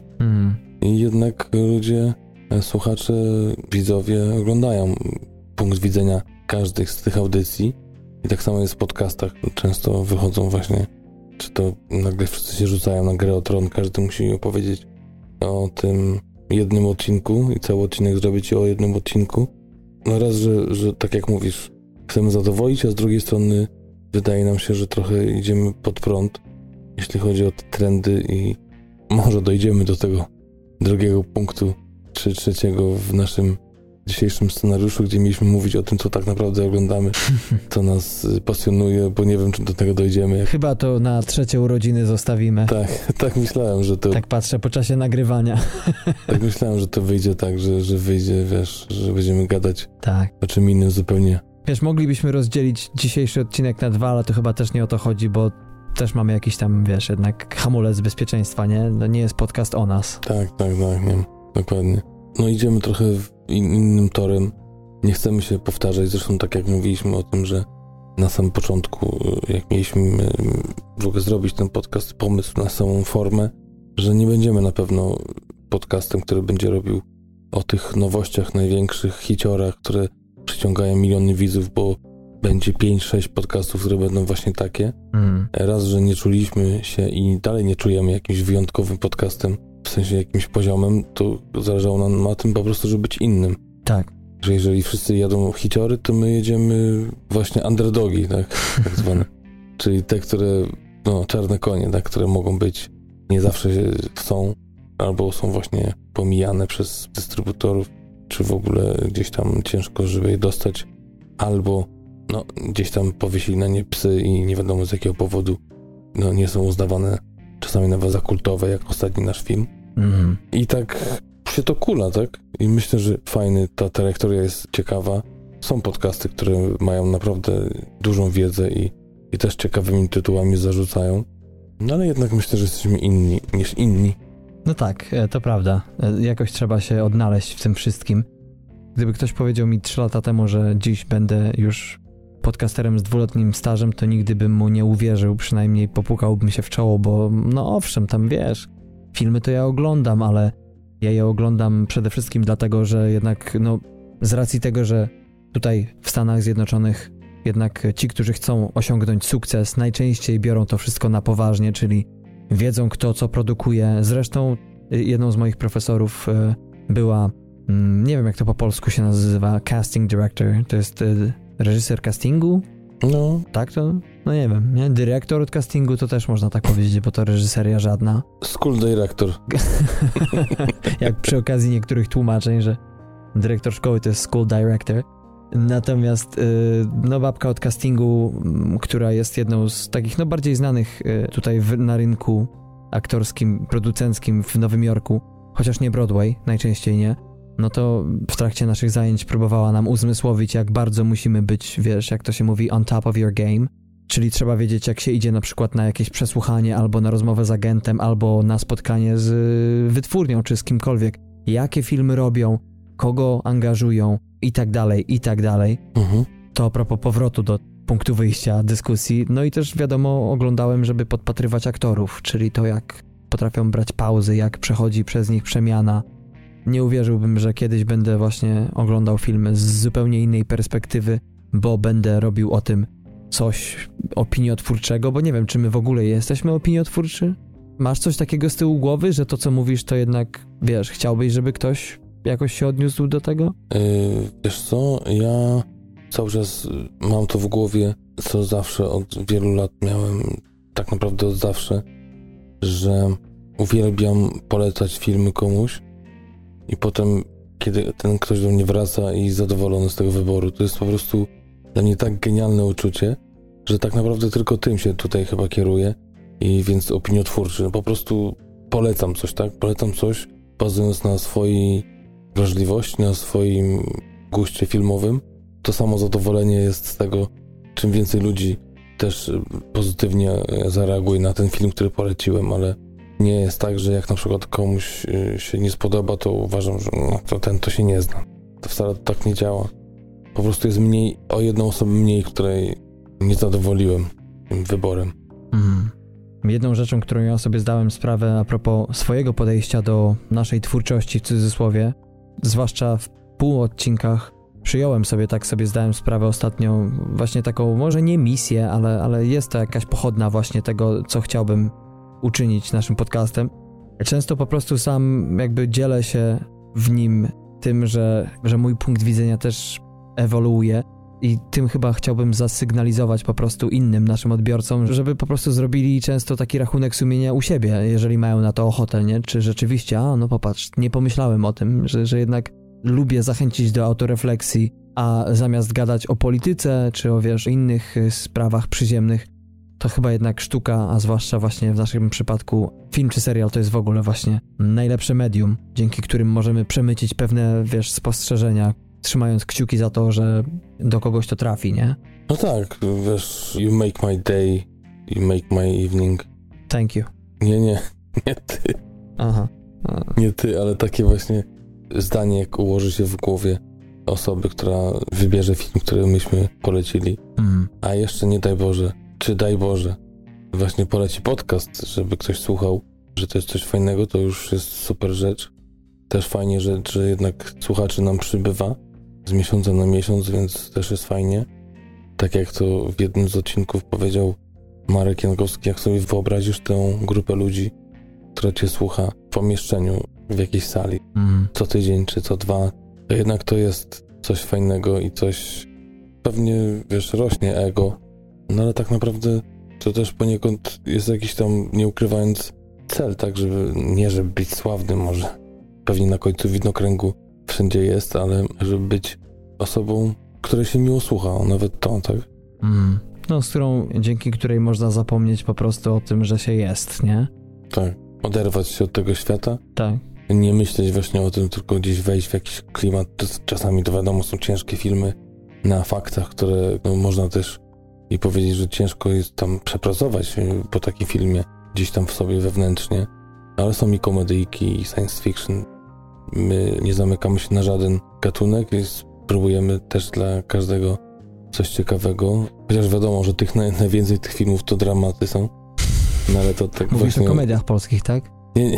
i jednak ludzie, słuchacze, widzowie oglądają punkt widzenia każdej z tych audycji i tak samo jest w podcastach. Często wychodzą właśnie, czy to nagle wszyscy się rzucają na Grę o Tron, każdy musi opowiedzieć o tym jednym odcinku i cały odcinek zrobić o jednym odcinku. No raz, że tak jak mówisz, chcemy zadowolić, a z drugiej strony wydaje nam się, że trochę idziemy pod prąd, jeśli chodzi o te trendy i może dojdziemy do tego drugiego punktu, czy trzeciego w naszym dzisiejszym scenariuszu, gdzie mieliśmy mówić o tym, co tak naprawdę oglądamy, co nas pasjonuje, bo nie wiem, czy do tego dojdziemy. Chyba to na 3 urodziny zostawimy. Tak myślałem, że to... Tak patrzę po czasie nagrywania. Tak myślałem, że to wyjdzie tak, że wyjdzie, wiesz, że będziemy gadać tak o czym innym zupełnie. Wiesz, moglibyśmy rozdzielić dzisiejszy odcinek na 2, ale to chyba też nie o to chodzi, bo też mamy jakiś tam, wiesz, jednak hamulec bezpieczeństwa, nie? No nie jest podcast o nas. Tak, nie, dokładnie. No idziemy trochę innym torem. Nie chcemy się powtarzać, zresztą tak jak mówiliśmy o tym, że na samym początku, jak mieliśmy w ogóle zrobić ten podcast, pomysł na samą formę, że nie będziemy na pewno podcastem, który będzie robił o tych nowościach największych, hiciorach, które przyciągają miliony widzów, bo będzie 5-6 podcastów, które będą właśnie takie. Raz, że nie czuliśmy się i dalej nie czujemy jakimś wyjątkowym podcastem, w sensie jakimś poziomem, to zależało nam na tym po prostu, żeby być innym. Tak. Że jeżeli wszyscy jadą hiciory, to my jedziemy właśnie underdogi, tak zwane. Czyli te, które, no, czarne konie, tak, które mogą być, nie zawsze są, albo są właśnie pomijane przez dystrybutorów, czy w ogóle gdzieś tam ciężko, żeby je dostać, albo no, gdzieś tam powiesili na nie psy i nie wiadomo z jakiego powodu, no, nie są uznawane czasami nawet za kultowe, jak ostatni nasz film. I tak się to kula, tak? I myślę, że fajny, ta trajektoria jest ciekawa. Są podcasty, które mają naprawdę dużą wiedzę i też ciekawymi tytułami zarzucają. No ale jednak myślę, że jesteśmy inni niż inni. No tak, to prawda. Jakoś trzeba się odnaleźć w tym wszystkim. Gdyby ktoś powiedział mi 3 lata temu, że dziś będę już podcasterem z 2-letnim stażem, to nigdy bym mu nie uwierzył, przynajmniej popukałbym się w czoło, bo no owszem, tam wiesz, filmy to ja oglądam, ale ja je oglądam przede wszystkim dlatego, że jednak, no, z racji tego, że tutaj w Stanach Zjednoczonych jednak ci, którzy chcą osiągnąć sukces, najczęściej biorą to wszystko na poważnie, czyli wiedzą kto co produkuje. Zresztą jedną z moich profesorów była, nie wiem jak to po polsku się nazywa, casting director, to jest reżyser castingu? No. Tak to? No nie wiem, nie? Dyrektor od castingu to też można tak powiedzieć, bo to reżyseria żadna. School director. Jak przy okazji niektórych tłumaczeń, że dyrektor szkoły to jest school director. Natomiast no babka od castingu, która jest jedną z takich no bardziej znanych tutaj na rynku aktorskim, producenckim w Nowym Jorku, chociaż nie Broadway, najczęściej nie, no to w trakcie naszych zajęć próbowała nam uzmysłowić, jak bardzo musimy być, wiesz, jak to się mówi, on top of your game, czyli trzeba wiedzieć, jak się idzie na przykład na jakieś przesłuchanie, albo na rozmowę z agentem, albo na spotkanie z wytwórnią, czy z kimkolwiek, jakie filmy robią, kogo angażują i tak dalej, i tak dalej. To a propos powrotu do punktu wyjścia dyskusji, no i też wiadomo, oglądałem, żeby podpatrywać aktorów, czyli to jak potrafią brać pauzy, jak przechodzi przez nich przemiana. Nie uwierzyłbym, że kiedyś będę właśnie oglądał filmy z zupełnie innej perspektywy, bo będę robił o tym coś opiniotwórczego, bo nie wiem, czy my w ogóle jesteśmy opiniotwórczy? Masz coś takiego z tyłu głowy, że to, co mówisz, to jednak, wiesz, chciałbyś, żeby ktoś jakoś się odniósł do tego? Wiesz co, ja cały czas mam to w głowie, co zawsze od wielu lat miałem, tak naprawdę od zawsze, że uwielbiam polecać filmy komuś i potem, kiedy ten ktoś do mnie wraca i jest zadowolony z tego wyboru, to jest po prostu dla mnie tak genialne uczucie, że tak naprawdę tylko tym się tutaj chyba kieruję i więc opiniotwórczy. Po prostu polecam coś, tak? Polecam coś, bazując na swojej wrażliwości, na swoim guście filmowym. To samo zadowolenie jest z tego, czym więcej ludzi też pozytywnie zareaguje na ten film, który poleciłem, ale nie jest tak, że jak na przykład komuś się nie spodoba, to uważam, że no, to ten to się nie zna. To wcale tak nie działa. Po prostu jest mniej, o jedną osobę mniej, której nie zadowoliłem tym wyborem. Jedną rzeczą, którą ja sobie zdałem sprawę a propos swojego podejścia do naszej twórczości w cudzysłowie, zwłaszcza w półodcinkach, przyjąłem sobie, tak sobie zdałem sprawę ostatnio, właśnie taką, może nie misję, ale jest to jakaś pochodna właśnie tego, co chciałbym uczynić naszym podcastem. Często po prostu sam jakby dzielę się w nim tym, że mój punkt widzenia też ewoluuje i tym chyba chciałbym zasygnalizować po prostu innym naszym odbiorcom, żeby po prostu zrobili często taki rachunek sumienia u siebie, jeżeli mają na to ochotę, nie? Czy rzeczywiście, no popatrz, nie pomyślałem o tym, że jednak lubię zachęcić do autorefleksji, a zamiast gadać o polityce, czy o, wiesz, innych sprawach przyziemnych, to chyba jednak sztuka, a zwłaszcza właśnie w naszym przypadku film czy serial to jest w ogóle właśnie najlepsze medium, dzięki którym możemy przemycić pewne, wiesz, spostrzeżenia, trzymając kciuki za to, że do kogoś to trafi, nie? No tak, wiesz, you make my day, you make my evening. Thank you. Nie ty. Aha. Nie ty, ale takie właśnie zdanie, jak ułoży się w głowie osoby, która wybierze film, który myśmy polecili. A jeszcze nie daj Boże, czy daj Boże, właśnie poleci podcast, żeby ktoś słuchał, że to jest coś fajnego, to już jest super rzecz. Też fajnie, że jednak słuchaczy nam przybywa z miesiąca na miesiąc, więc też jest fajnie. Tak jak to w jednym z odcinków powiedział Marek Jankowski, jak sobie wyobrazisz tę grupę ludzi, która cię słucha w pomieszczeniu, w jakiejś sali, co tydzień czy co 2, to jednak to jest coś fajnego i coś pewnie, wiesz, rośnie ego, no ale tak naprawdę to też poniekąd jest jakiś tam, nie ukrywając, cel, tak, żeby być sławnym może, pewnie na końcu widnokręgu wszędzie jest, ale żeby być osobą, której się miło słucha, nawet to, tak? No, dzięki której można zapomnieć po prostu o tym, że się jest, nie? Tak, oderwać się od tego świata. Tak. Nie myśleć właśnie o tym, tylko gdzieś wejść w jakiś klimat. Czasami to wiadomo, są ciężkie filmy na faktach, które można też i powiedzieć, że ciężko jest tam przepracować po takim filmie gdzieś tam w sobie wewnętrznie, ale są i komedyjki, i science fiction. My nie zamykamy się na żaden gatunek i spróbujemy też dla każdego coś ciekawego. Chociaż wiadomo, że najwięcej tych filmów to dramaty są. No ale to tak Mówisz właśnie... o komediach polskich, tak? Nie.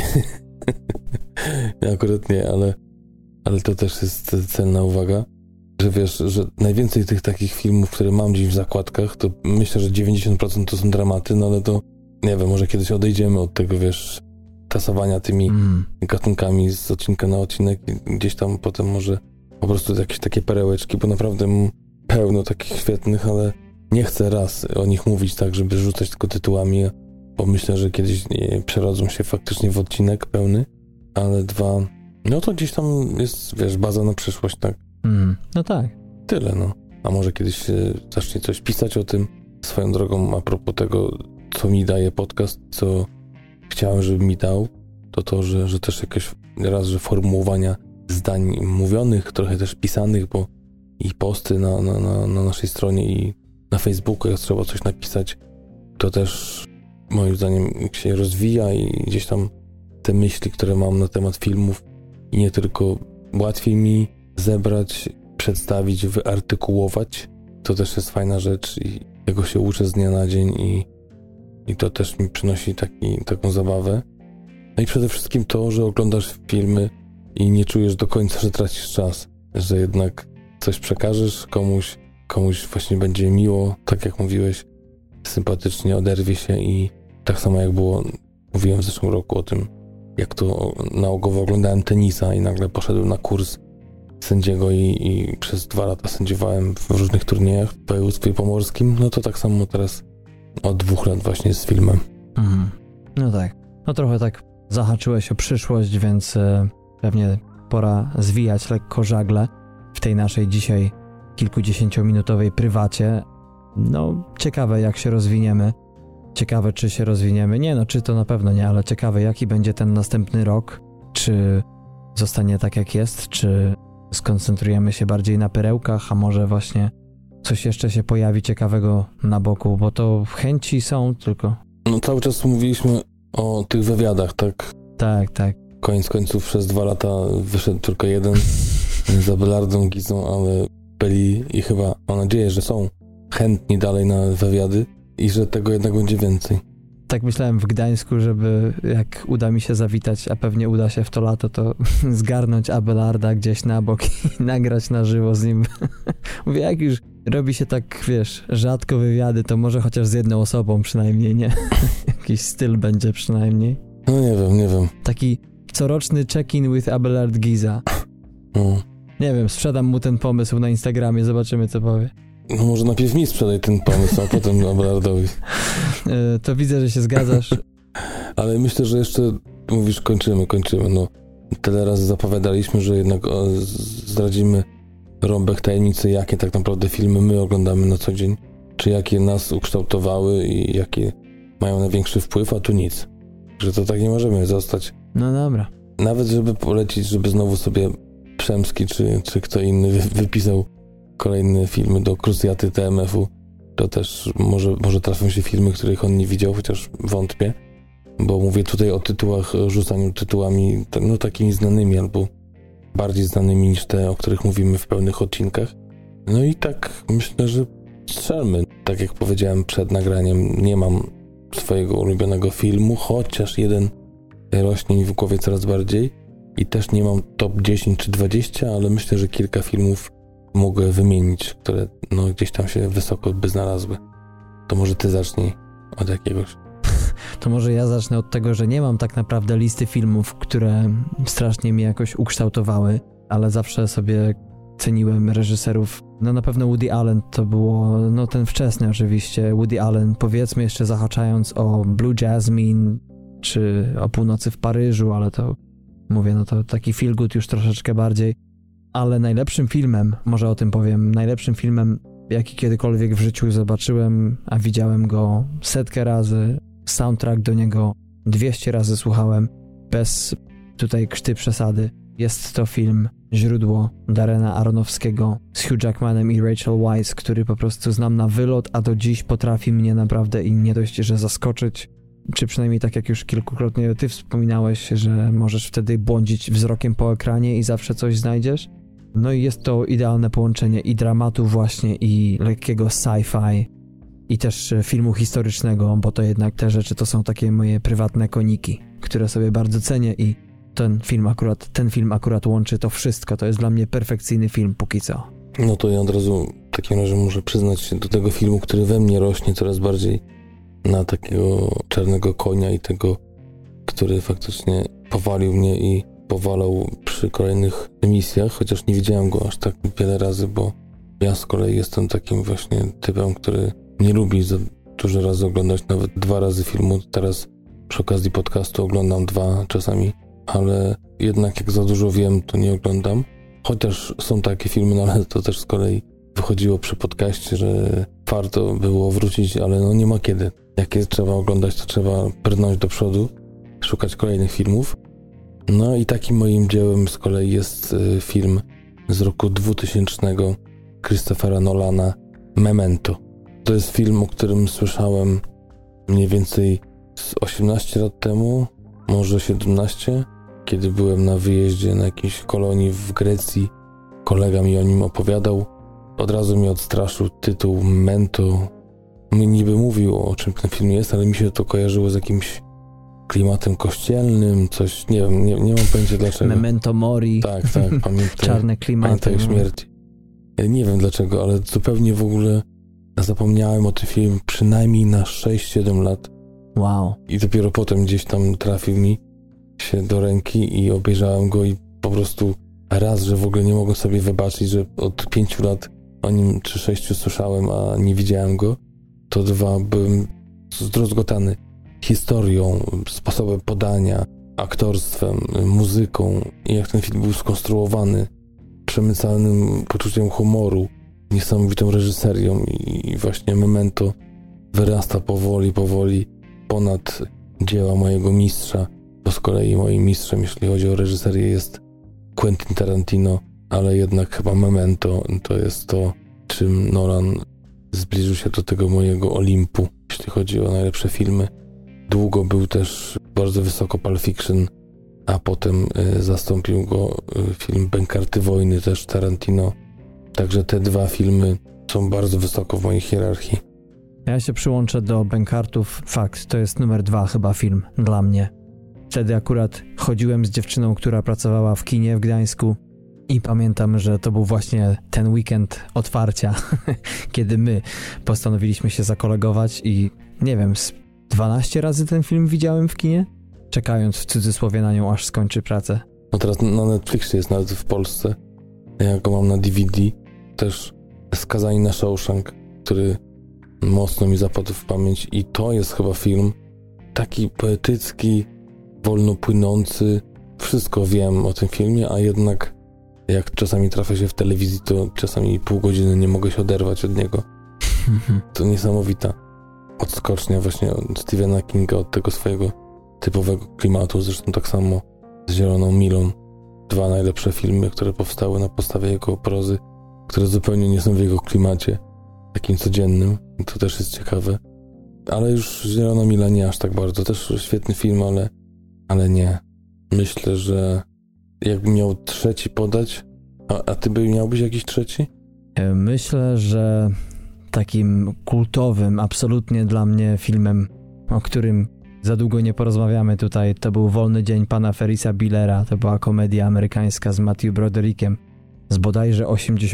Ja akurat nie, ale to też jest cenna uwaga, że wiesz, że najwięcej tych takich filmów, które mam gdzieś w zakładkach, to myślę, że 90% to są dramaty, no ale to nie wiem, może kiedyś odejdziemy od tego, wiesz, tasowania tymi gatunkami z odcinka na odcinek i gdzieś tam potem może po prostu jakieś takie perełeczki, bo naprawdę pełno takich świetnych, ale nie chcę raz o nich mówić tak, żeby rzucać tylko tytułami, bo myślę, że kiedyś przerodzą się faktycznie w odcinek pełny, ale dwa, no to gdzieś tam jest, wiesz, baza na przyszłość, tak? No tak. Tyle, no. A może kiedyś zacznie coś pisać o tym. Swoją drogą, a propos tego, co mi daje podcast, co chciałem, żeby mi dał, to, że też jakieś raz, że formułowania zdań mówionych, trochę też pisanych, bo i posty na naszej stronie i na Facebooku, jak trzeba coś napisać, to też moim zdaniem się rozwija i gdzieś tam te myśli, które mam na temat filmów i nie tylko, łatwiej mi zebrać, przedstawić, wyartykułować. To też jest fajna rzecz i tego się uczę z dnia na dzień i to też mi przynosi taką zabawę. No i przede wszystkim to, że oglądasz filmy i nie czujesz do końca, że tracisz czas, że jednak coś przekażesz komuś właśnie będzie miło, tak jak mówiłeś, sympatycznie oderwie się i tak samo jak było, mówiłem w zeszłym roku o tym, jak to naokoło oglądałem tenisa i nagle poszedłem na kurs sędziego i przez 2 lata sędziowałem w różnych turniejach w województwie pomorskim, no to tak samo teraz od 2 lat właśnie z filmem. No tak. No trochę tak zahaczyłeś o przyszłość, więc pewnie pora zwijać lekko żagle w tej naszej dzisiaj kilkudziesięciominutowej prywacie. No ciekawe jak się rozwiniemy. Ciekawe czy się rozwiniemy. Nie no, czy to na pewno nie, ale ciekawe jaki będzie ten następny rok. Czy zostanie tak jak jest, czy skoncentrujemy się bardziej na perełkach, a może właśnie coś jeszcze się pojawi ciekawego na boku, bo to chęci są tylko... No cały czas mówiliśmy o tych wywiadach, tak? Tak. Koniec końców przez 2 lata wyszedł tylko jeden z Abelardą Gizą, ale byli i chyba mam nadzieję, że są chętni dalej na wywiady i że tego jednak będzie więcej. Tak myślałem w Gdańsku, żeby jak uda mi się zawitać, a pewnie uda się w to lato, to zgarnąć Abelarda gdzieś na bok i nagrać na żywo z nim. Mówię, jak już robi się tak, wiesz, rzadko wywiady, to może chociaż z jedną osobą przynajmniej, nie? Jakiś styl będzie przynajmniej. No nie wiem. Taki coroczny check-in with Abelard Giza. No. Nie wiem, sprzedam mu ten pomysł na Instagramie, zobaczymy co powie. No może najpierw mi sprzedaj ten pomysł, a potem Abelardowi. To widzę, że się zgadzasz. Ale myślę, że jeszcze mówisz kończymy. No tyle razy zapowiadaliśmy, że jednak zdradzimy rąbek tajemnicy, jakie tak naprawdę filmy my oglądamy na co dzień, czy jakie nas ukształtowały i jakie mają największy wpływ, a tu nic. Że to tak nie możemy zostać. No dobra. Nawet żeby polecić, żeby znowu sobie Przemski czy kto inny wypisał kolejne filmy do krucjaty TMF-u, to też może trafią się filmy, których on nie widział, chociaż wątpię, bo mówię tutaj o tytułach, rzucaniu tytułami no takimi znanymi albo bardziej znanymi niż te, o których mówimy w pełnych odcinkach. No i tak myślę, że strzelmy. Tak jak powiedziałem przed nagraniem, nie mam swojego ulubionego filmu, chociaż jeden rośnie mi w głowie coraz bardziej i też nie mam top 10 czy 20, ale myślę, że kilka filmów mogę wymienić, które no gdzieś tam się wysoko by znalazły. To może ty zacznij od jakiegoś. To może ja zacznę od tego, że nie mam tak naprawdę listy filmów, które strasznie mnie jakoś ukształtowały, ale zawsze sobie ceniłem reżyserów. No na pewno Woody Allen to było, no ten wczesny oczywiście, Woody Allen, powiedzmy jeszcze zahaczając o Blue Jasmine, czy o Północy w Paryżu, ale to mówię, no to taki feel good już troszeczkę bardziej. Ale najlepszym filmem, może o tym powiem, najlepszym filmem, jaki kiedykolwiek w życiu zobaczyłem, a widziałem go 100 razy, soundtrack do niego 200 razy słuchałem, bez tutaj krzty przesady. Jest to film Źródło Darrena Aronofskiego z Hugh Jackmanem i Rachel Weisz, który po prostu znam na wylot, a do dziś potrafi mnie naprawdę i nie dość, że zaskoczyć, czy przynajmniej tak jak już kilkukrotnie ty wspominałeś, że możesz wtedy błądzić wzrokiem po ekranie i zawsze coś znajdziesz. No i jest to idealne połączenie i dramatu właśnie, i lekkiego sci-fi, i też filmu historycznego, bo to jednak te rzeczy to są takie moje prywatne koniki, które sobie bardzo cenię i ten film akurat łączy to wszystko. To jest dla mnie perfekcyjny film póki co. No to ja od razu w takim razie muszę przyznać się do tego filmu, który we mnie rośnie coraz bardziej na takiego czarnego konia i tego, który faktycznie powalił mnie i powalał przy kolejnych emisjach, chociaż nie widziałem go aż tak wiele razy, bo ja z kolei jestem takim właśnie typem, który nie lubi za dużo razy oglądać, nawet 2 razy filmu. Teraz przy okazji podcastu oglądam 2 czasami, ale jednak jak za dużo wiem, to nie oglądam. Chociaż są takie filmy, no ale to też z kolei wychodziło przy podcaście, że warto było wrócić, ale no nie ma kiedy. Jak jest trzeba oglądać, to trzeba brnąć do przodu, szukać kolejnych filmów. No i takim moim dziełem z kolei jest film z roku 2000 Christophera Nolana, Memento. To jest film, o którym słyszałem mniej więcej z 18 lat temu, może 17, kiedy byłem na wyjeździe na jakiejś kolonii w Grecji. Kolega mi o nim opowiadał. Od razu mnie odstraszył tytuł Memento. Niby mówił, o czym ten film jest, ale mi się to kojarzyło z jakimś klimatem kościelnym, coś, nie wiem, nie mam pojęcia dlaczego. Memento Mori. Tak, pamiętam. Czarne klimaty. Pamiętaj śmierci. Ja nie wiem dlaczego, ale zupełnie w ogóle zapomniałem o tym filmie przynajmniej na 6-7 lat. Wow. I dopiero potem gdzieś tam trafił mi się do ręki i obejrzałem go i po prostu raz, że w ogóle nie mogłem sobie wybaczyć, że od 5 lat o nim czy 6 słyszałem, a nie widziałem go. To 2, byłem zdruzgotany historią, sposobem podania, aktorstwem, muzyką i jak ten film był skonstruowany, przemycanym poczuciem humoru, niesamowitą reżyserią i właśnie Memento wyrasta powoli ponad dzieła mojego mistrza, bo z kolei moim mistrzem, jeśli chodzi o reżyserię, jest Quentin Tarantino, ale jednak chyba Memento to jest to, czym Nolan zbliżył się do tego mojego Olimpu, jeśli chodzi o najlepsze filmy. Długo był też bardzo wysoko Pulp Fiction, a potem zastąpił go film Bękarty Wojny, też Tarantino. Także te 2 filmy są bardzo wysoko w mojej hierarchii. Ja się przyłączę do Bękartów. Fakt, to jest numer 2 chyba film dla mnie. Wtedy akurat chodziłem z dziewczyną, która pracowała w kinie w Gdańsku i pamiętam, że to był właśnie ten weekend otwarcia, kiedy my postanowiliśmy się zakolegować i nie wiem, 12 razy ten film widziałem w kinie, czekając w cudzysłowie na nią, aż skończy pracę. No teraz na Netflixie jest nawet w Polsce. Ja go mam na DVD. Też Skazani na Shawshank, który mocno mi zapadł w pamięć i to jest chyba film taki poetycki, wolno płynący. Wszystko wiem o tym filmie, a jednak jak czasami trafia się w telewizji, to czasami pół godziny nie mogę się oderwać od niego. To niesamowita odskocznia właśnie od Stephena Kinga, od tego swojego typowego klimatu. Zresztą tak samo z Zieloną Milą. 2 najlepsze filmy, które powstały na podstawie jego prozy, które zupełnie nie są w jego klimacie takim codziennym. To też jest ciekawe. Ale już Zielona Mila nie aż tak bardzo. Też świetny film, ale nie. Myślę, że jakbym miał 3 podać, a ty miałbyś jakiś 3? Myślę, że takim kultowym, absolutnie dla mnie filmem, o którym za długo nie porozmawiamy tutaj, to był Wolny dzień pana Ferrisa Buellera. To była komedia amerykańska z Matthew Broderickiem z bodajże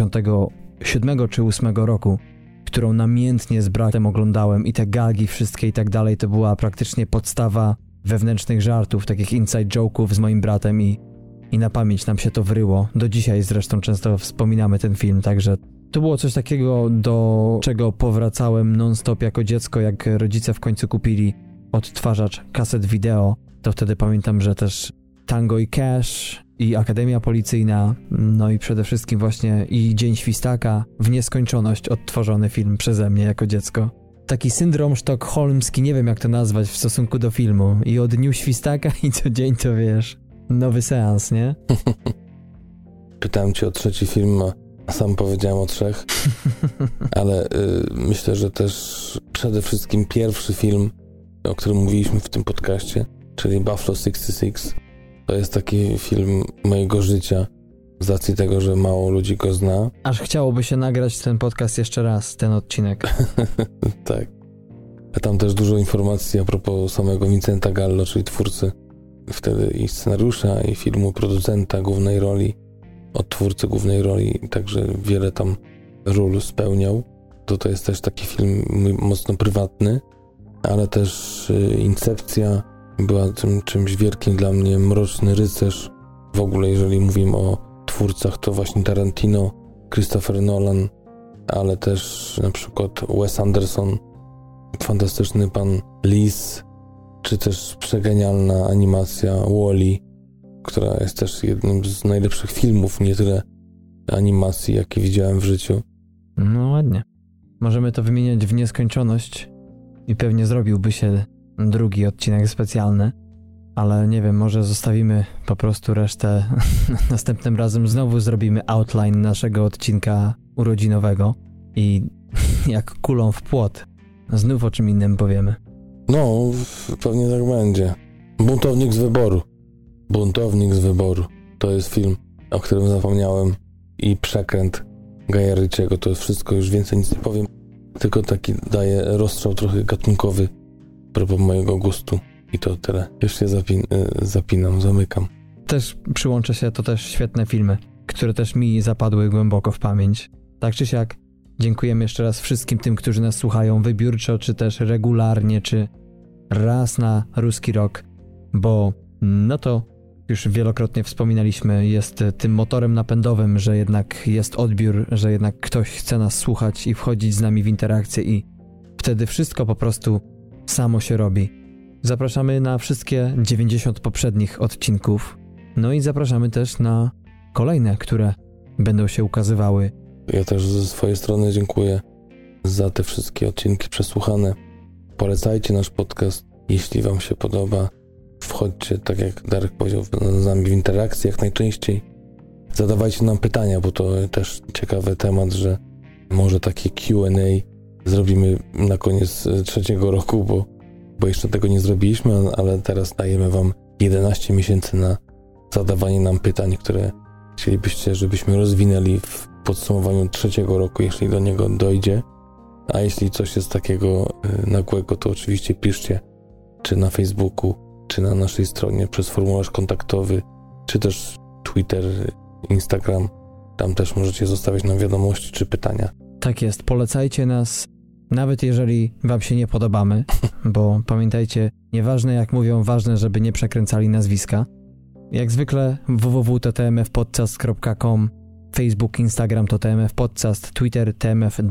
87 czy 8 roku, którą namiętnie z bratem oglądałem i te gagi wszystkie i tak dalej, to była praktycznie podstawa wewnętrznych żartów, takich inside joke'ów z moim bratem i na pamięć nam się to wryło. Do dzisiaj zresztą często wspominamy ten film, także to było coś takiego, do czego powracałem non-stop jako dziecko, jak rodzice w końcu kupili odtwarzacz kaset wideo, to wtedy pamiętam, że też Tango i Cash i Akademia Policyjna, no i przede wszystkim właśnie i Dzień Świstaka, w nieskończoność odtworzony film przeze mnie jako dziecko. Taki syndrom sztokholmski, nie wiem jak to nazwać w stosunku do filmu. I o Dniu Świstaka i co dzień to wiesz, nowy seans, nie? Pytałem cię o 3 film, a sam powiedziałem o 3, ale myślę, że też przede wszystkim pierwszy film o którym mówiliśmy w tym podcaście, czyli Buffalo 66. To jest taki film mojego życia, z racji tego, że mało ludzi go zna. Aż chciałoby się nagrać ten podcast jeszcze raz, ten odcinek. Tak. A tam też dużo informacji a propos samego Vincenta Gallo, czyli twórcy wtedy i scenariusza, i filmu, producenta głównej roli, odtwórcy głównej roli, także wiele tam ról spełniał. To jest też taki film mocno prywatny, ale też Incepcja była czymś wielkim dla mnie, Mroczny Rycerz. W ogóle jeżeli mówimy o twórcach, to właśnie Tarantino, Christopher Nolan, ale też na przykład Wes Anderson, fantastyczny pan Lis, czy też przegenialna animacja Wall-E, która jest też jednym z najlepszych filmów, nie tyle animacji, jakie widziałem w życiu. No ładnie. Możemy to wymieniać w nieskończoność i pewnie zrobiłby się drugi odcinek specjalny, ale nie wiem, może zostawimy po prostu resztę. Następnym razem znowu zrobimy outline naszego odcinka urodzinowego i jak kulą w płot znów o czym innym powiemy. No, pewnie tak będzie. Buntownik z wyboru. Buntownik z wyboru. To jest film, o którym zapomniałem, i Przekręt Guya Ritchiego. To jest wszystko, już więcej nic nie powiem. Tylko taki daje rozstrzał trochę gatunkowy a propos mojego gustu. I to tyle. Już się zapinam, zamykam. Też przyłączę się, to też świetne filmy, które też mi zapadły głęboko w pamięć. Tak czy siak, dziękujemy jeszcze raz wszystkim tym, którzy nas słuchają wybiórczo, czy też regularnie, czy raz na ruski rok, bo no to już wielokrotnie wspominaliśmy, jest tym motorem napędowym, że jednak jest odbiór, że jednak ktoś chce nas słuchać i wchodzić z nami w interakcję i wtedy wszystko po prostu samo się robi. Zapraszamy na wszystkie 90 poprzednich odcinków, no i zapraszamy też na kolejne, które będą się ukazywały. Ja też ze swojej strony dziękuję za te wszystkie odcinki przesłuchane. Polecajcie nasz podcast, jeśli wam się podoba. Wchodźcie, tak jak Darek powiedział, z nami w interakcję jak najczęściej. Zadawajcie nam pytania, bo to też ciekawy temat, że może takie Q&A zrobimy na koniec trzeciego roku, bo jeszcze tego nie zrobiliśmy, ale teraz dajemy wam 11 miesięcy na zadawanie nam pytań, które chcielibyście, żebyśmy rozwinęli w podsumowaniu trzeciego roku, jeśli do niego dojdzie. A jeśli coś jest takiego nagłego, to oczywiście piszcie, czy na Facebooku, czy na naszej stronie przez formularz kontaktowy, czy też Twitter, Instagram. Tam też możecie zostawiać nam wiadomości czy pytania. Tak jest, polecajcie nas, nawet jeżeli wam się nie podobamy, bo pamiętajcie, nieważne jak mówią, ważne, żeby nie przekręcali nazwiska. Jak zwykle www.tmfpodcast.com, Facebook, Instagram to TMF Podcast, Twitter TMF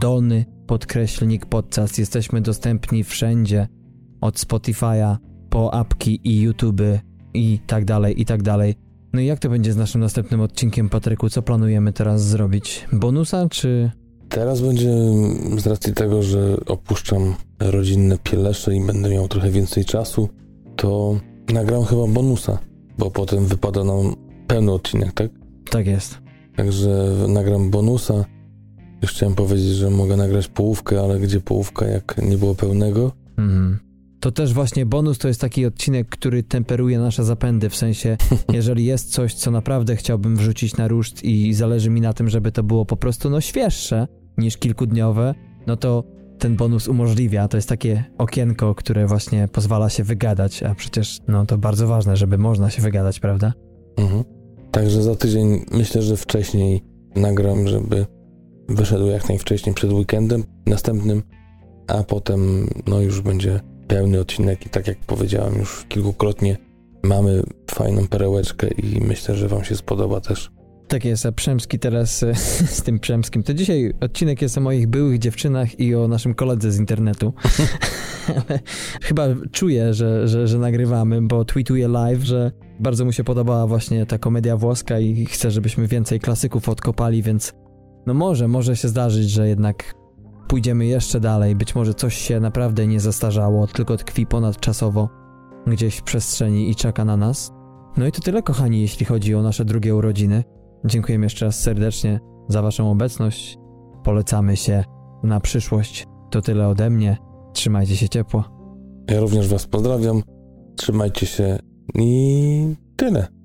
_podcast. Jesteśmy dostępni wszędzie, od Spotify'a po apki i YouTube i tak dalej, i tak dalej. No i jak to będzie z naszym następnym odcinkiem, Patryku? Co planujemy teraz zrobić? Bonusa, czy... Teraz będzie, z racji tego, że opuszczam rodzinne Pielesze i będę miał trochę więcej czasu, to nagram chyba bonusa, bo potem wypada nam pełny odcinek, tak? Tak jest. Także nagram bonusa. Już chciałem powiedzieć, że mogę nagrać połówkę, ale gdzie połówka, jak nie było pełnego? To też właśnie bonus to jest taki odcinek, który temperuje nasze zapędy, w sensie, jeżeli jest coś, co naprawdę chciałbym wrzucić na ruszt i zależy mi na tym, żeby to było po prostu świeższe niż kilkudniowe, no to ten bonus umożliwia. To jest takie okienko, które właśnie pozwala się wygadać, a przecież to bardzo ważne, żeby można się wygadać, prawda? Także za tydzień, myślę, że wcześniej nagram, żeby wyszedł jak najwcześniej przed weekendem następnym, a potem już będzie pełny odcinek i tak jak powiedziałem już kilkukrotnie, mamy fajną perełeczkę i myślę, że wam się spodoba też. Tak jest, a Przemski teraz z tym Przemskim. To dzisiaj odcinek jest o moich byłych dziewczynach i o naszym koledze z internetu. Ale chyba czuję, że nagrywamy, bo tweetuję live, że bardzo mu się podobała właśnie ta komedia włoska i chce, żebyśmy więcej klasyków odkopali, więc może się zdarzyć, że jednak pójdziemy jeszcze dalej. Być może coś się naprawdę nie zastarzało, tylko tkwi ponadczasowo gdzieś w przestrzeni i czeka na nas. No i to tyle, kochani, jeśli chodzi o nasze drugie urodziny. Dziękujemy jeszcze raz serdecznie za waszą obecność. Polecamy się na przyszłość. To tyle ode mnie. Trzymajcie się ciepło. Ja również was pozdrawiam. Trzymajcie się i tyle.